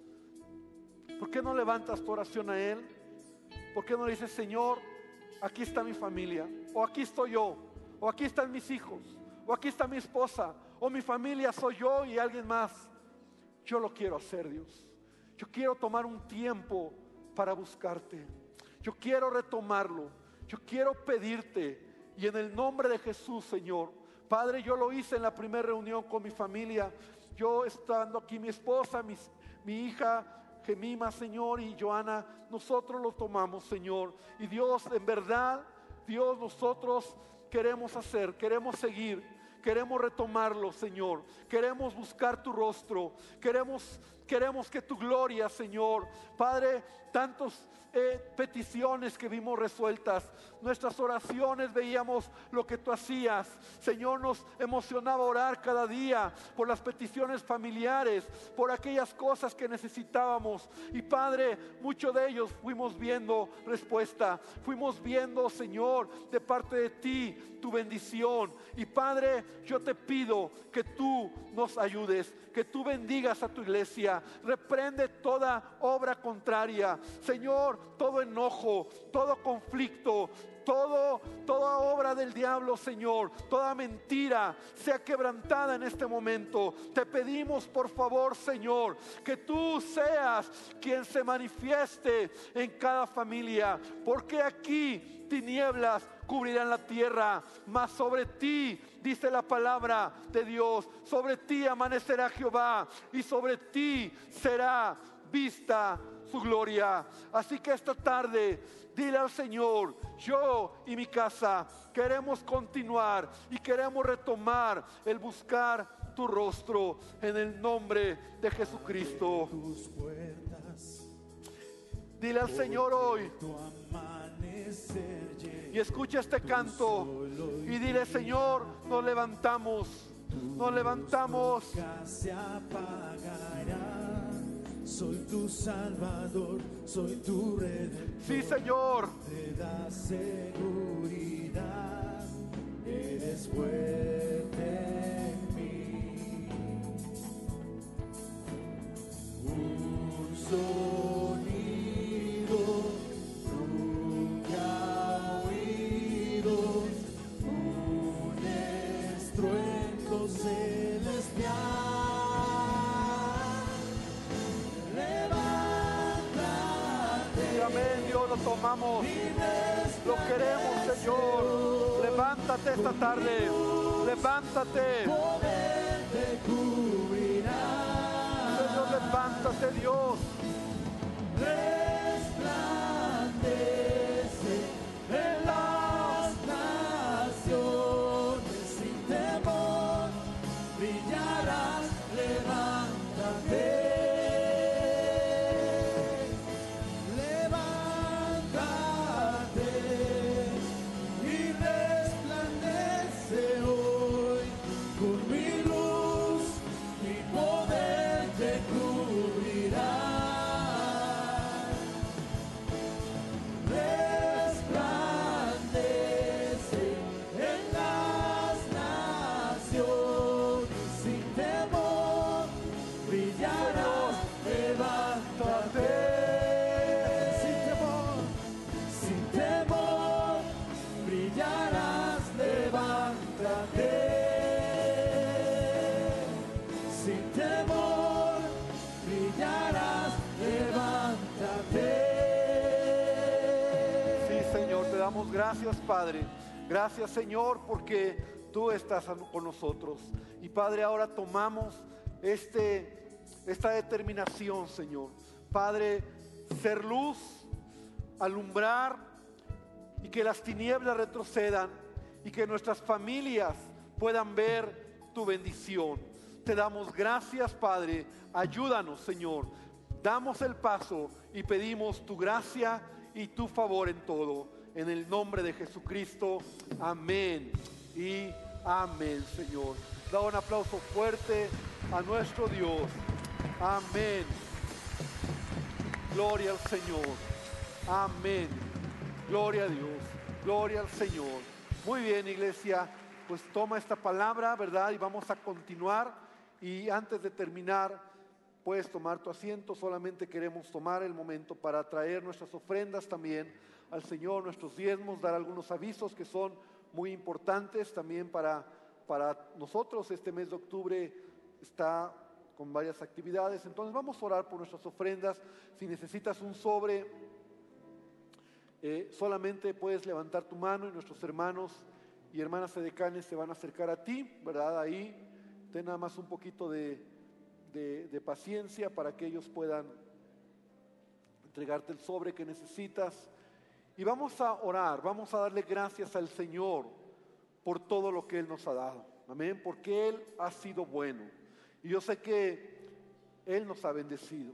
Speaker 4: ¿Por qué no levantas tu oración a Él? ¿Por qué no le dices: Señor, aquí está mi familia, o aquí estoy yo, o aquí están mis hijos, o aquí está mi esposa, o mi familia soy yo y alguien más? Yo lo quiero hacer, Dios. Yo quiero tomar un tiempo para buscarte. Yo quiero retomarlo. Yo quiero pedirte, y en el nombre de Jesús, Señor. Padre, yo lo hice en la primera reunión con mi familia. Yo estando aquí, mi esposa, mis, mi hija Gemima, Señor, y Joana, nosotros lo tomamos, Señor. Y Dios, en verdad, Dios, nosotros queremos hacer, queremos seguir, queremos retomarlo, Señor. Queremos buscar tu rostro, queremos, queremos que tu gloria, Señor. Padre, tantos eh, peticiones que vimos resueltas, nuestras oraciones veíamos lo que tú hacías. Señor, nos emocionaba orar cada día por las peticiones familiares, por aquellas cosas que necesitábamos. Y Padre, muchos de ellos fuimos viendo respuesta, fuimos viendo, Señor, de parte de ti tu bendición. Y Padre, yo te pido que tú nos ayudes, que tú bendigas a tu iglesia. Reprende toda obra contraria, Señor, todo enojo, todo conflicto, Todo, toda obra del diablo, Señor, toda mentira sea quebrantada en este momento. Te pedimos, por favor, Señor, que tú seas quien se manifieste en cada familia, porque aquí tinieblas cubrirán la tierra, mas sobre ti, dice la palabra de Dios, sobre ti amanecerá Jehová y sobre ti será vista su gloria. Así que esta tarde dile al Señor: yo y mi casa queremos continuar y queremos retomar el buscar tu rostro en el nombre de Jesucristo. Dile al Señor hoy y escucha este canto y dile: Señor, nos levantamos, nos levantamos.
Speaker 1: Se apagará. Soy tu Salvador, soy tu Redentor.
Speaker 4: Sí, Señor.
Speaker 1: Te da seguridad, eres fuerte en mí. Un sonido nunca oído, un estruendo celestial.
Speaker 4: Amén, Dios, lo tomamos, lo queremos, Señor. Levántate esta tarde, levántate. Señor, levántate, Dios.
Speaker 1: Resplandece en las naciones sin temor, brillarás, levántate. Cubrirá. brillarás, levántate.
Speaker 4: Sí, Señor, te damos gracias, Padre. Gracias, Señor, porque tú estás con nosotros. Y Padre, ahora tomamos este, esta determinación, Señor. Padre, ser luz, alumbrar y que las tinieblas retrocedan y que nuestras familias puedan ver tu bendición. Te damos gracias, Padre. Ayúdanos, Señor. Damos el paso y pedimos tu gracia y tu favor en todo. En el nombre de Jesucristo. Amén y amén, Señor. Da un aplauso fuerte a nuestro Dios. Amén. Gloria al Señor. Amén. Gloria a Dios. Gloria al Señor. Muy bien, iglesia. Pues toma esta palabra, ¿verdad? Y vamos a continuar. Y antes de terminar, puedes tomar tu asiento. Solamente queremos tomar el momento para traer nuestras ofrendas también al Señor, nuestros diezmos, dar algunos avisos que son muy importantes también para, para nosotros. Este mes de octubre está con varias actividades, entonces vamos a orar por nuestras ofrendas. Si necesitas un sobre, eh, solamente puedes levantar tu mano y nuestros hermanos y hermanas edecanes se van a acercar a ti, ¿verdad? Ahí ten nada más un poquito de, de, de paciencia para que ellos puedan entregarte el sobre que necesitas. Y vamos a orar, vamos a darle gracias al Señor por todo lo que Él nos ha dado. Amén, porque Él ha sido bueno. Y yo sé que Él nos ha bendecido.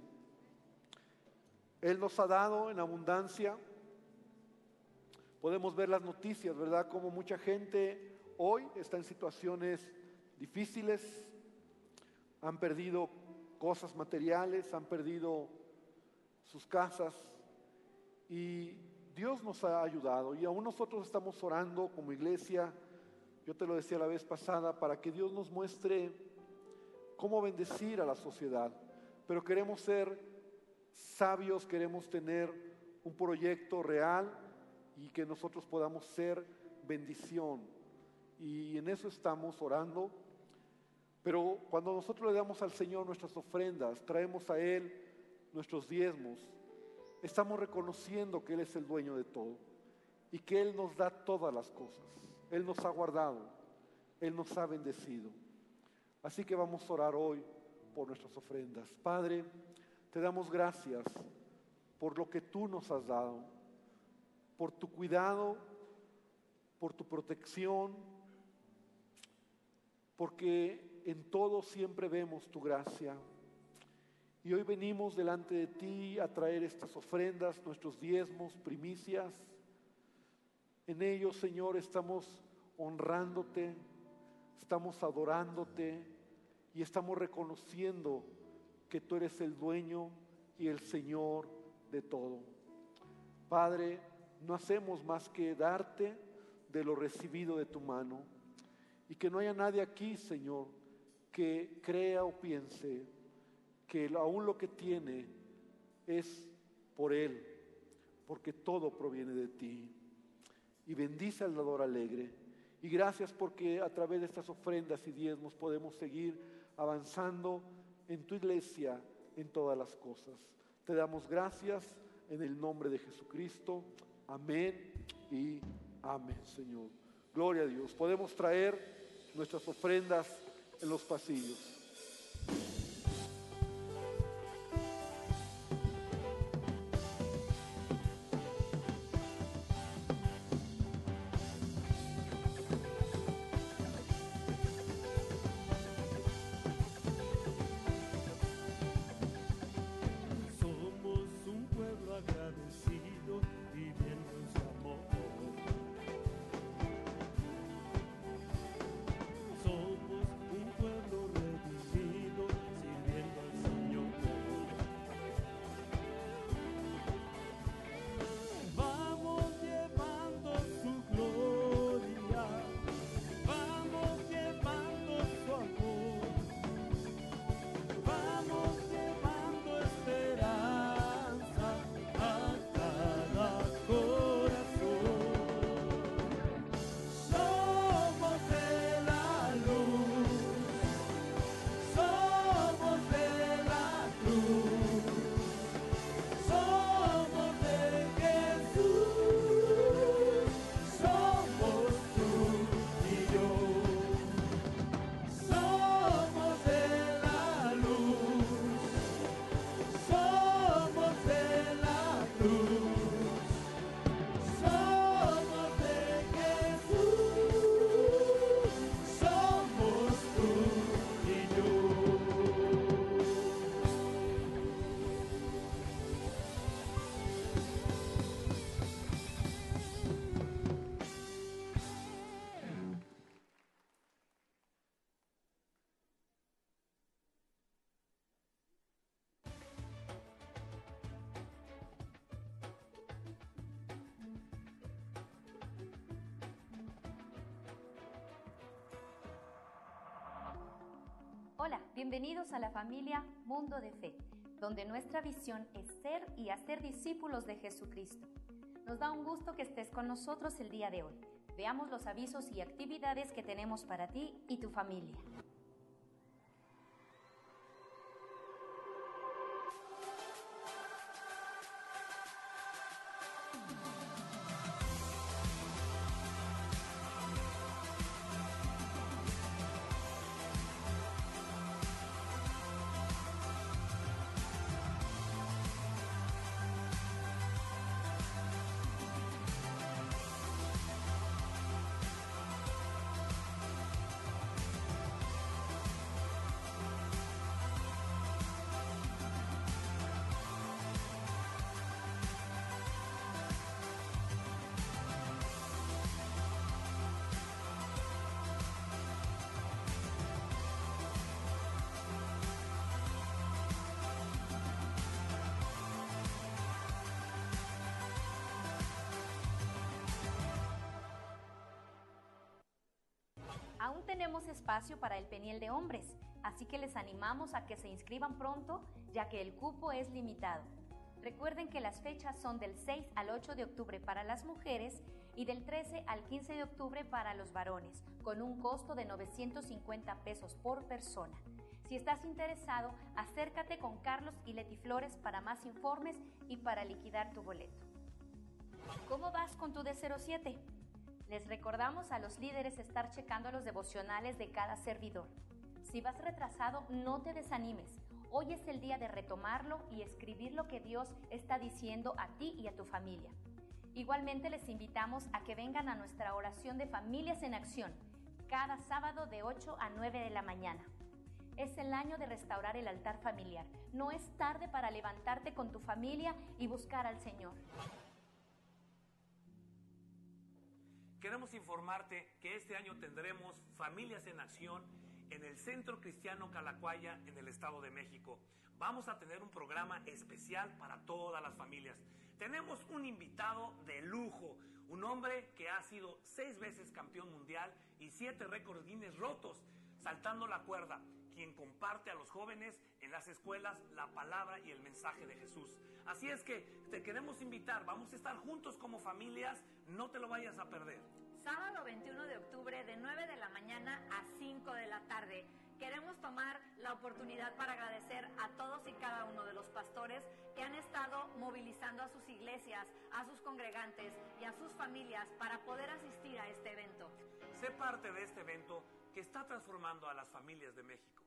Speaker 4: Él nos ha dado en abundancia. Podemos ver las noticias, ¿verdad? Como mucha gente hoy está en situaciones difíciles. Han perdido cosas materiales, han perdido sus casas. Y Dios nos ha ayudado. Y aún nosotros estamos orando como iglesia. Yo te lo decía la vez pasada, para que Dios nos muestre cómo bendecir a la sociedad. Pero queremos ser sabios, queremos tener un proyecto real y que nosotros podamos ser bendición. Y en eso estamos orando. Pero cuando nosotros le damos al Señor nuestras ofrendas, traemos a Él nuestros diezmos, estamos reconociendo que Él es el dueño de todo y que Él nos da todas las cosas. Él nos ha guardado, Él nos ha bendecido. Así que vamos a orar hoy por nuestras ofrendas. Padre, te damos gracias por lo que tú nos has dado, por tu cuidado, por tu protección, porque en todo siempre vemos tu gracia. Y hoy venimos delante de ti a traer estas ofrendas, nuestros diezmos, primicias. En ellos, Señor, estamos honrándote, estamos adorándote y estamos reconociendo que tú eres el dueño y el Señor de todo. Padre, no hacemos más que darte de lo recibido de tu mano y que no haya nadie aquí, Señor, que crea o piense que aún lo que tiene es por Él, porque todo proviene de ti. Y bendice al dador alegre. Y gracias porque a través de estas ofrendas y diezmos podemos seguir avanzando en tu iglesia en todas las cosas. Te damos gracias en el nombre de Jesucristo. Amén y amén, Señor. Gloria a Dios. Podemos traer nuestras ofrendas en los pasillos.
Speaker 2: Somos un pueblo redimido.
Speaker 5: Hola, bienvenidos a la familia Mundo de Fe, donde nuestra visión es ser y hacer discípulos de Jesucristo. Nos da un gusto que estés con nosotros el día de hoy. Veamos los avisos y actividades que tenemos para ti y tu familia. Aún tenemos espacio para el Peniel de hombres, así que les animamos a que se inscriban pronto, ya que el cupo es limitado. Recuerden que las fechas son del seis al ocho de octubre para las mujeres y del trece al quince de octubre para los varones, con un costo de novecientos cincuenta pesos por persona. Si estás interesado, acércate con Carlos y Leti Flores para más informes y para liquidar tu boleto. ¿Cómo vas con tu D cero siete? Les recordamos a los líderes estar checando los devocionales de cada servidor. Si vas retrasado, no te desanimes. Hoy es el día de retomarlo y escribir lo que Dios está diciendo a ti y a tu familia. Igualmente les invitamos a que vengan a nuestra oración de Familias en Acción, cada sábado de ocho a nueve de la mañana. Es el año de restaurar el altar familiar. No es tarde para levantarte con tu familia y buscar al Señor.
Speaker 6: Queremos informarte que este año tendremos Familias en Acción en el Centro Cristiano Calacuaya en el Estado de México. Vamos a tener un programa especial para todas las familias. Tenemos un invitado de lujo, un hombre que ha sido seis veces campeón mundial y siete récords Guinness rotos, saltando la cuerda, quien comparte a los jóvenes en las escuelas la palabra y el mensaje de Jesús. Así es que te queremos invitar, vamos a estar juntos como familias, no te lo vayas a perder.
Speaker 7: Sábado veintiuno de octubre de nueve de la mañana a cinco de la tarde. Queremos tomar la oportunidad para agradecer a todos y cada uno de los pastores que han estado movilizando a sus iglesias, a sus congregantes y a sus familias para poder asistir a este evento.
Speaker 6: Sé parte de este evento que está transformando a las familias de México.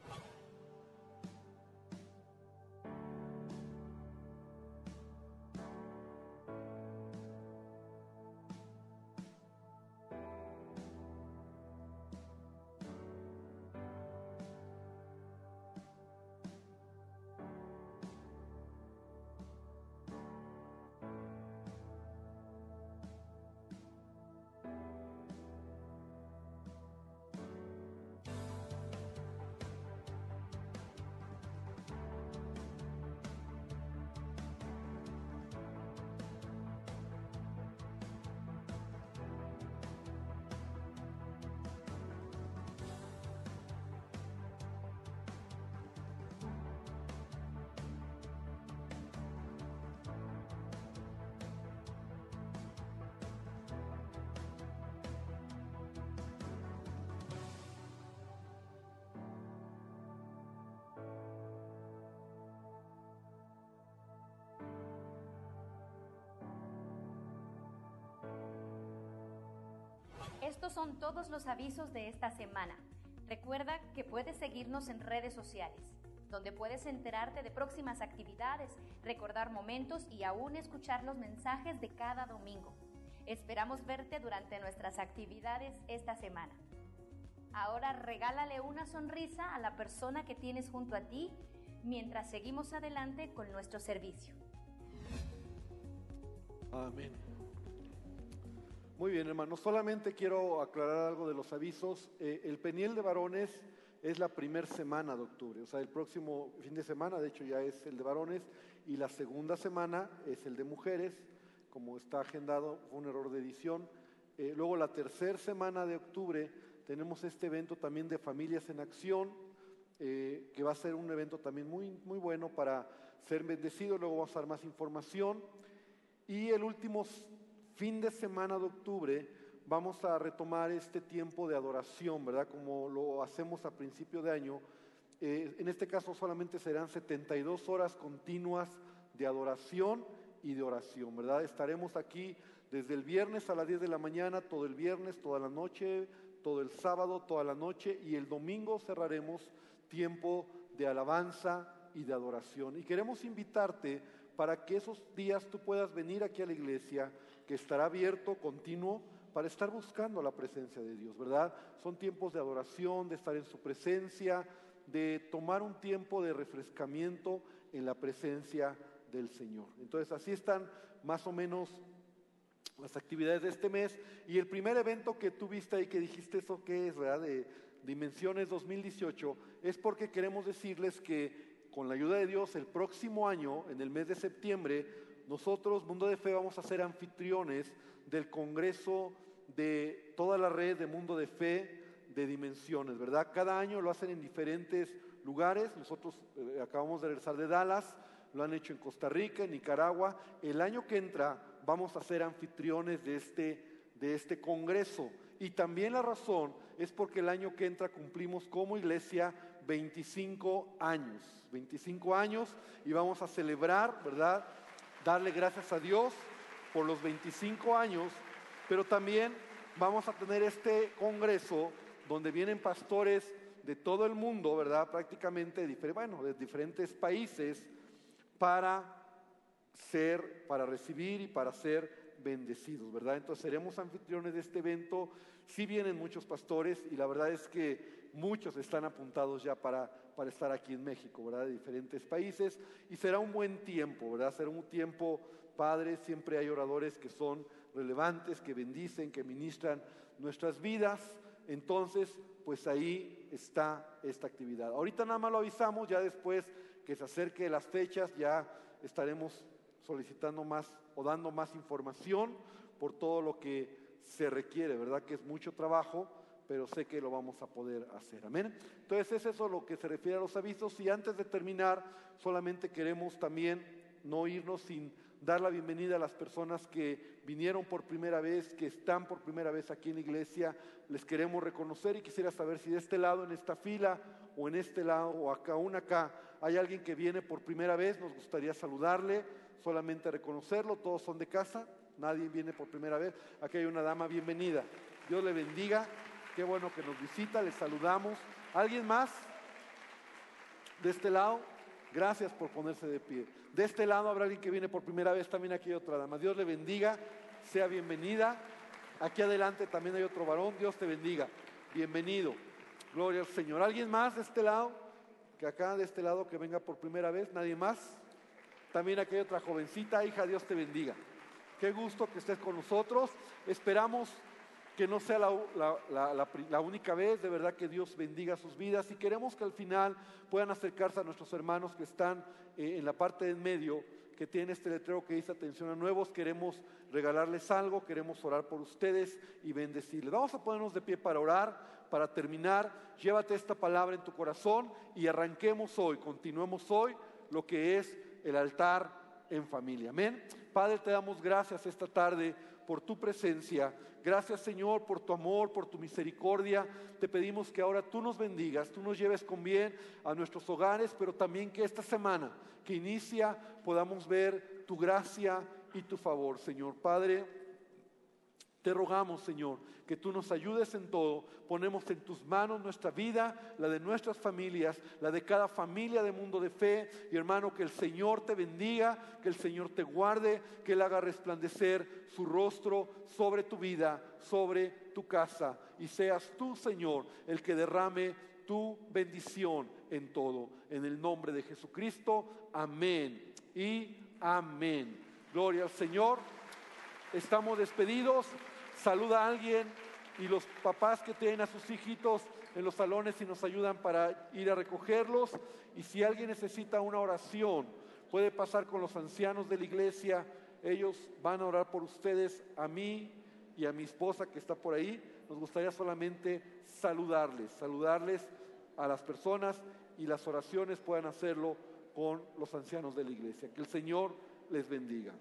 Speaker 5: Estos son todos los avisos de esta semana. Recuerda que puedes seguirnos en redes sociales, donde puedes enterarte de próximas actividades, recordar momentos y aún escuchar los mensajes de cada domingo. Esperamos verte durante nuestras actividades esta semana. Ahora regálale una sonrisa a la persona que tienes junto a ti mientras seguimos adelante con nuestro servicio.
Speaker 4: Amén. Muy bien, hermanos, solamente quiero aclarar algo de los avisos. Eh, el Peniel de varones es la primera semana de octubre, o sea, el próximo fin de semana, de hecho ya es el de varones, y la segunda semana es el de mujeres, como está agendado, fue un error de edición. Eh, luego la tercera semana de octubre tenemos este evento también de Familias en Acción, eh, que va a ser un evento también muy, muy bueno para ser bendecido. Luego vamos a dar más información. Y el último fin de semana de octubre vamos a retomar este tiempo de adoración, ¿verdad? Como lo hacemos a principio de año. Eh, en este caso solamente serán setenta y dos horas continuas de adoración y de oración, ¿verdad? Estaremos aquí desde el viernes a las diez de la mañana, todo el viernes, toda la noche, todo el sábado, toda la noche, y el domingo cerraremos tiempo de alabanza y de adoración. Y queremos invitarte para que esos días tú puedas venir aquí a la iglesia, que estará abierto, continuo, para estar buscando la presencia de Dios, ¿verdad? Son tiempos de adoración, de estar en su presencia, de tomar un tiempo de refrescamiento en la presencia del Señor. Entonces así están más o menos las actividades de este mes. Y el primer evento que tú viste ahí, que dijiste, ¿eso qué es, verdad? De Dimensiones dos mil dieciocho, es porque queremos decirles que con la ayuda de Dios, el próximo año, en el mes de septiembre, nosotros, Mundo de Fe, vamos a ser anfitriones del Congreso de toda la red de Mundo de Fe de Dimensiones, ¿verdad? Cada año lo hacen en diferentes lugares. Nosotros eh, acabamos de regresar de Dallas, lo han hecho en Costa Rica, en Nicaragua. El año que entra vamos a ser anfitriones de este, de este Congreso. Y también la razón es porque el año que entra cumplimos como iglesia veinticinco años, veinticinco años, y vamos a celebrar, ¿verdad? Darle gracias a Dios por los veinticinco años, pero también vamos a tener este congreso donde vienen pastores de todo el mundo, ¿verdad? Prácticamente, bueno, de diferentes países, para ser, para recibir y para ser bendecidos, ¿verdad? Entonces seremos anfitriones de este evento. Sí vienen muchos pastores y la verdad es que muchos están apuntados ya para, para estar aquí en México, ¿verdad? De diferentes países, y será un buen tiempo, ¿verdad? Será un tiempo padre. Siempre hay oradores que son relevantes, que bendicen, que ministran nuestras vidas. Entonces, pues ahí está esta actividad. Ahorita nada más lo avisamos, ya después que se acerque las fechas ya estaremos solicitando más o dando más información por todo lo que se requiere, ¿verdad? Que es mucho trabajo, pero sé que lo vamos a poder hacer, amén. Entonces es eso lo que se refiere a los avisos. Y antes de terminar, solamente queremos también no irnos sin dar la bienvenida a las personas que vinieron por primera vez, que están por primera vez aquí en la iglesia. Les queremos reconocer, y quisiera saber si de este lado, en esta fila, o en este lado, o acá, aún acá, hay alguien que viene por primera vez. Nos gustaría saludarle, solamente reconocerlo. Todos son de casa, nadie viene por primera vez. Aquí hay una dama, bienvenida. Dios le bendiga, qué bueno que nos visita, les saludamos. ¿Alguien más? De este lado, gracias por ponerse de pie. De este lado habrá alguien que viene por primera vez, también aquí hay otra dama. Dios le bendiga, sea bienvenida. Aquí adelante también hay otro varón, Dios te bendiga, bienvenido, gloria al Señor. ¿Alguien más de este lado? Que acá de este lado que venga por primera vez, ¿nadie más? También aquí hay otra jovencita, hija, Dios te bendiga. Qué gusto que estés con nosotros. Esperamos que no sea la, la, la, la, la única vez, de verdad que Dios bendiga sus vidas, y queremos que al final puedan acercarse a nuestros hermanos que están eh, en la parte de en medio, que tienen este letrero que dice atención a nuevos. Queremos regalarles algo, queremos orar por ustedes y bendecirles. Vamos a ponernos de pie para orar, para terminar. Llévate esta palabra en tu corazón y arranquemos hoy, continuemos hoy lo que es el altar en familia, amén. Padre, te damos gracias esta tarde por tu presencia. Gracias, Señor, por tu amor, por tu misericordia. Te pedimos que ahora tú nos bendigas, tú nos lleves con bien a nuestros hogares, pero también que esta semana que inicia podamos ver tu gracia y tu favor, Señor. Padre, te rogamos, Señor, que tú nos ayudes en todo. Ponemos en tus manos nuestra vida, la de nuestras familias, la de cada familia de Mundo de Fe. Y hermano, que el Señor te bendiga, que el Señor te guarde, que Él haga resplandecer su rostro sobre tu vida, sobre tu casa. Y seas tú, Señor, el que derrame tu bendición en todo. En el nombre de Jesucristo, amén y amén. Gloria al Señor. Estamos despedidos. Saluda a alguien, y los papás que tienen a sus hijitos en los salones, si nos ayudan para ir a recogerlos. Y si alguien necesita una oración, puede pasar con los ancianos de la iglesia. Ellos van a orar por ustedes, a mí y a mi esposa que está por ahí. Nos gustaría solamente saludarles, saludarles a las personas, y las oraciones puedan hacerlo con los ancianos de la iglesia. Que el Señor les bendiga.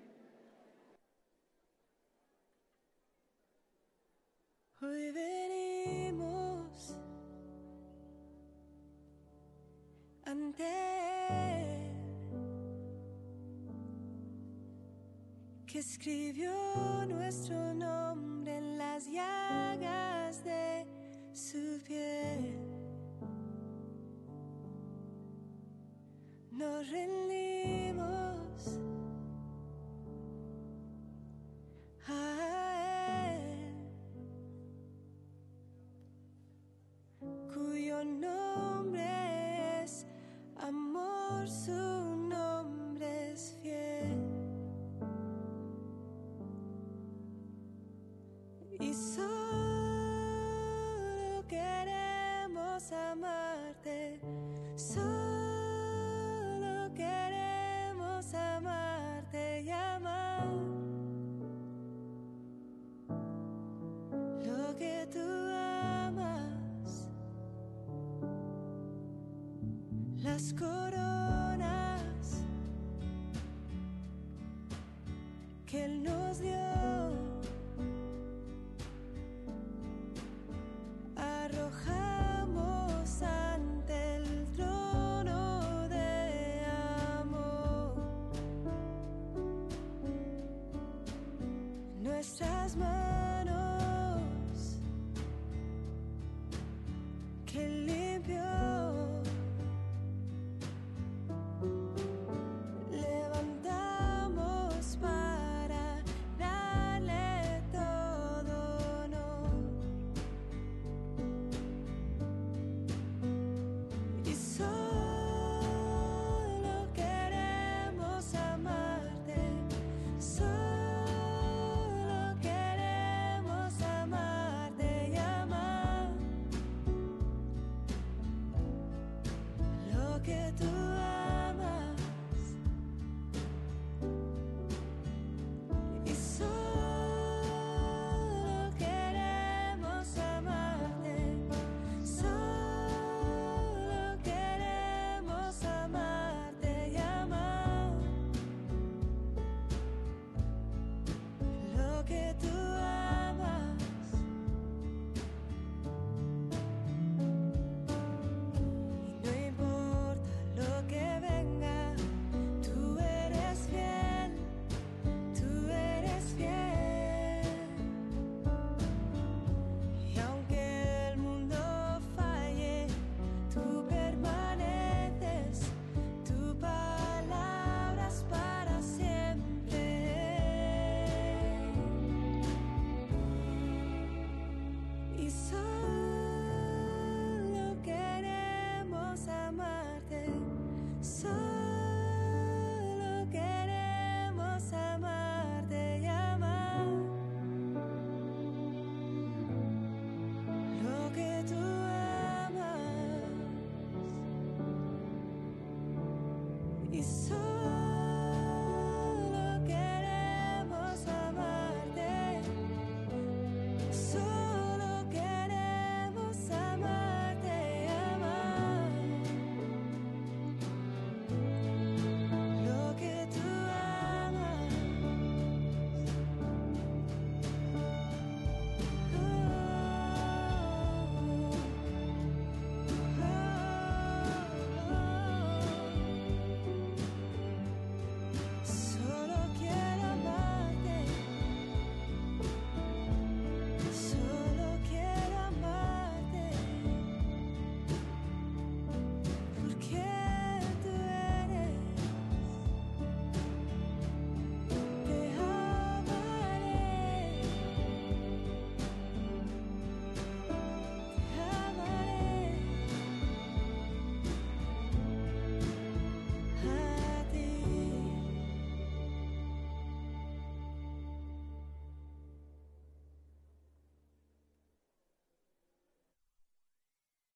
Speaker 8: Hoy venimos ante Él, que escribió nuestro nombre en las llagas de su piel. Nos rendimos a Él, cuyo nombre es amor, su nombre es fiel. Y solo queremos amarte, solo queremos amarte y amar lo que tú amas, las coronas que Él nos dio. Arrojamos ante el trono de amor nuestras manos.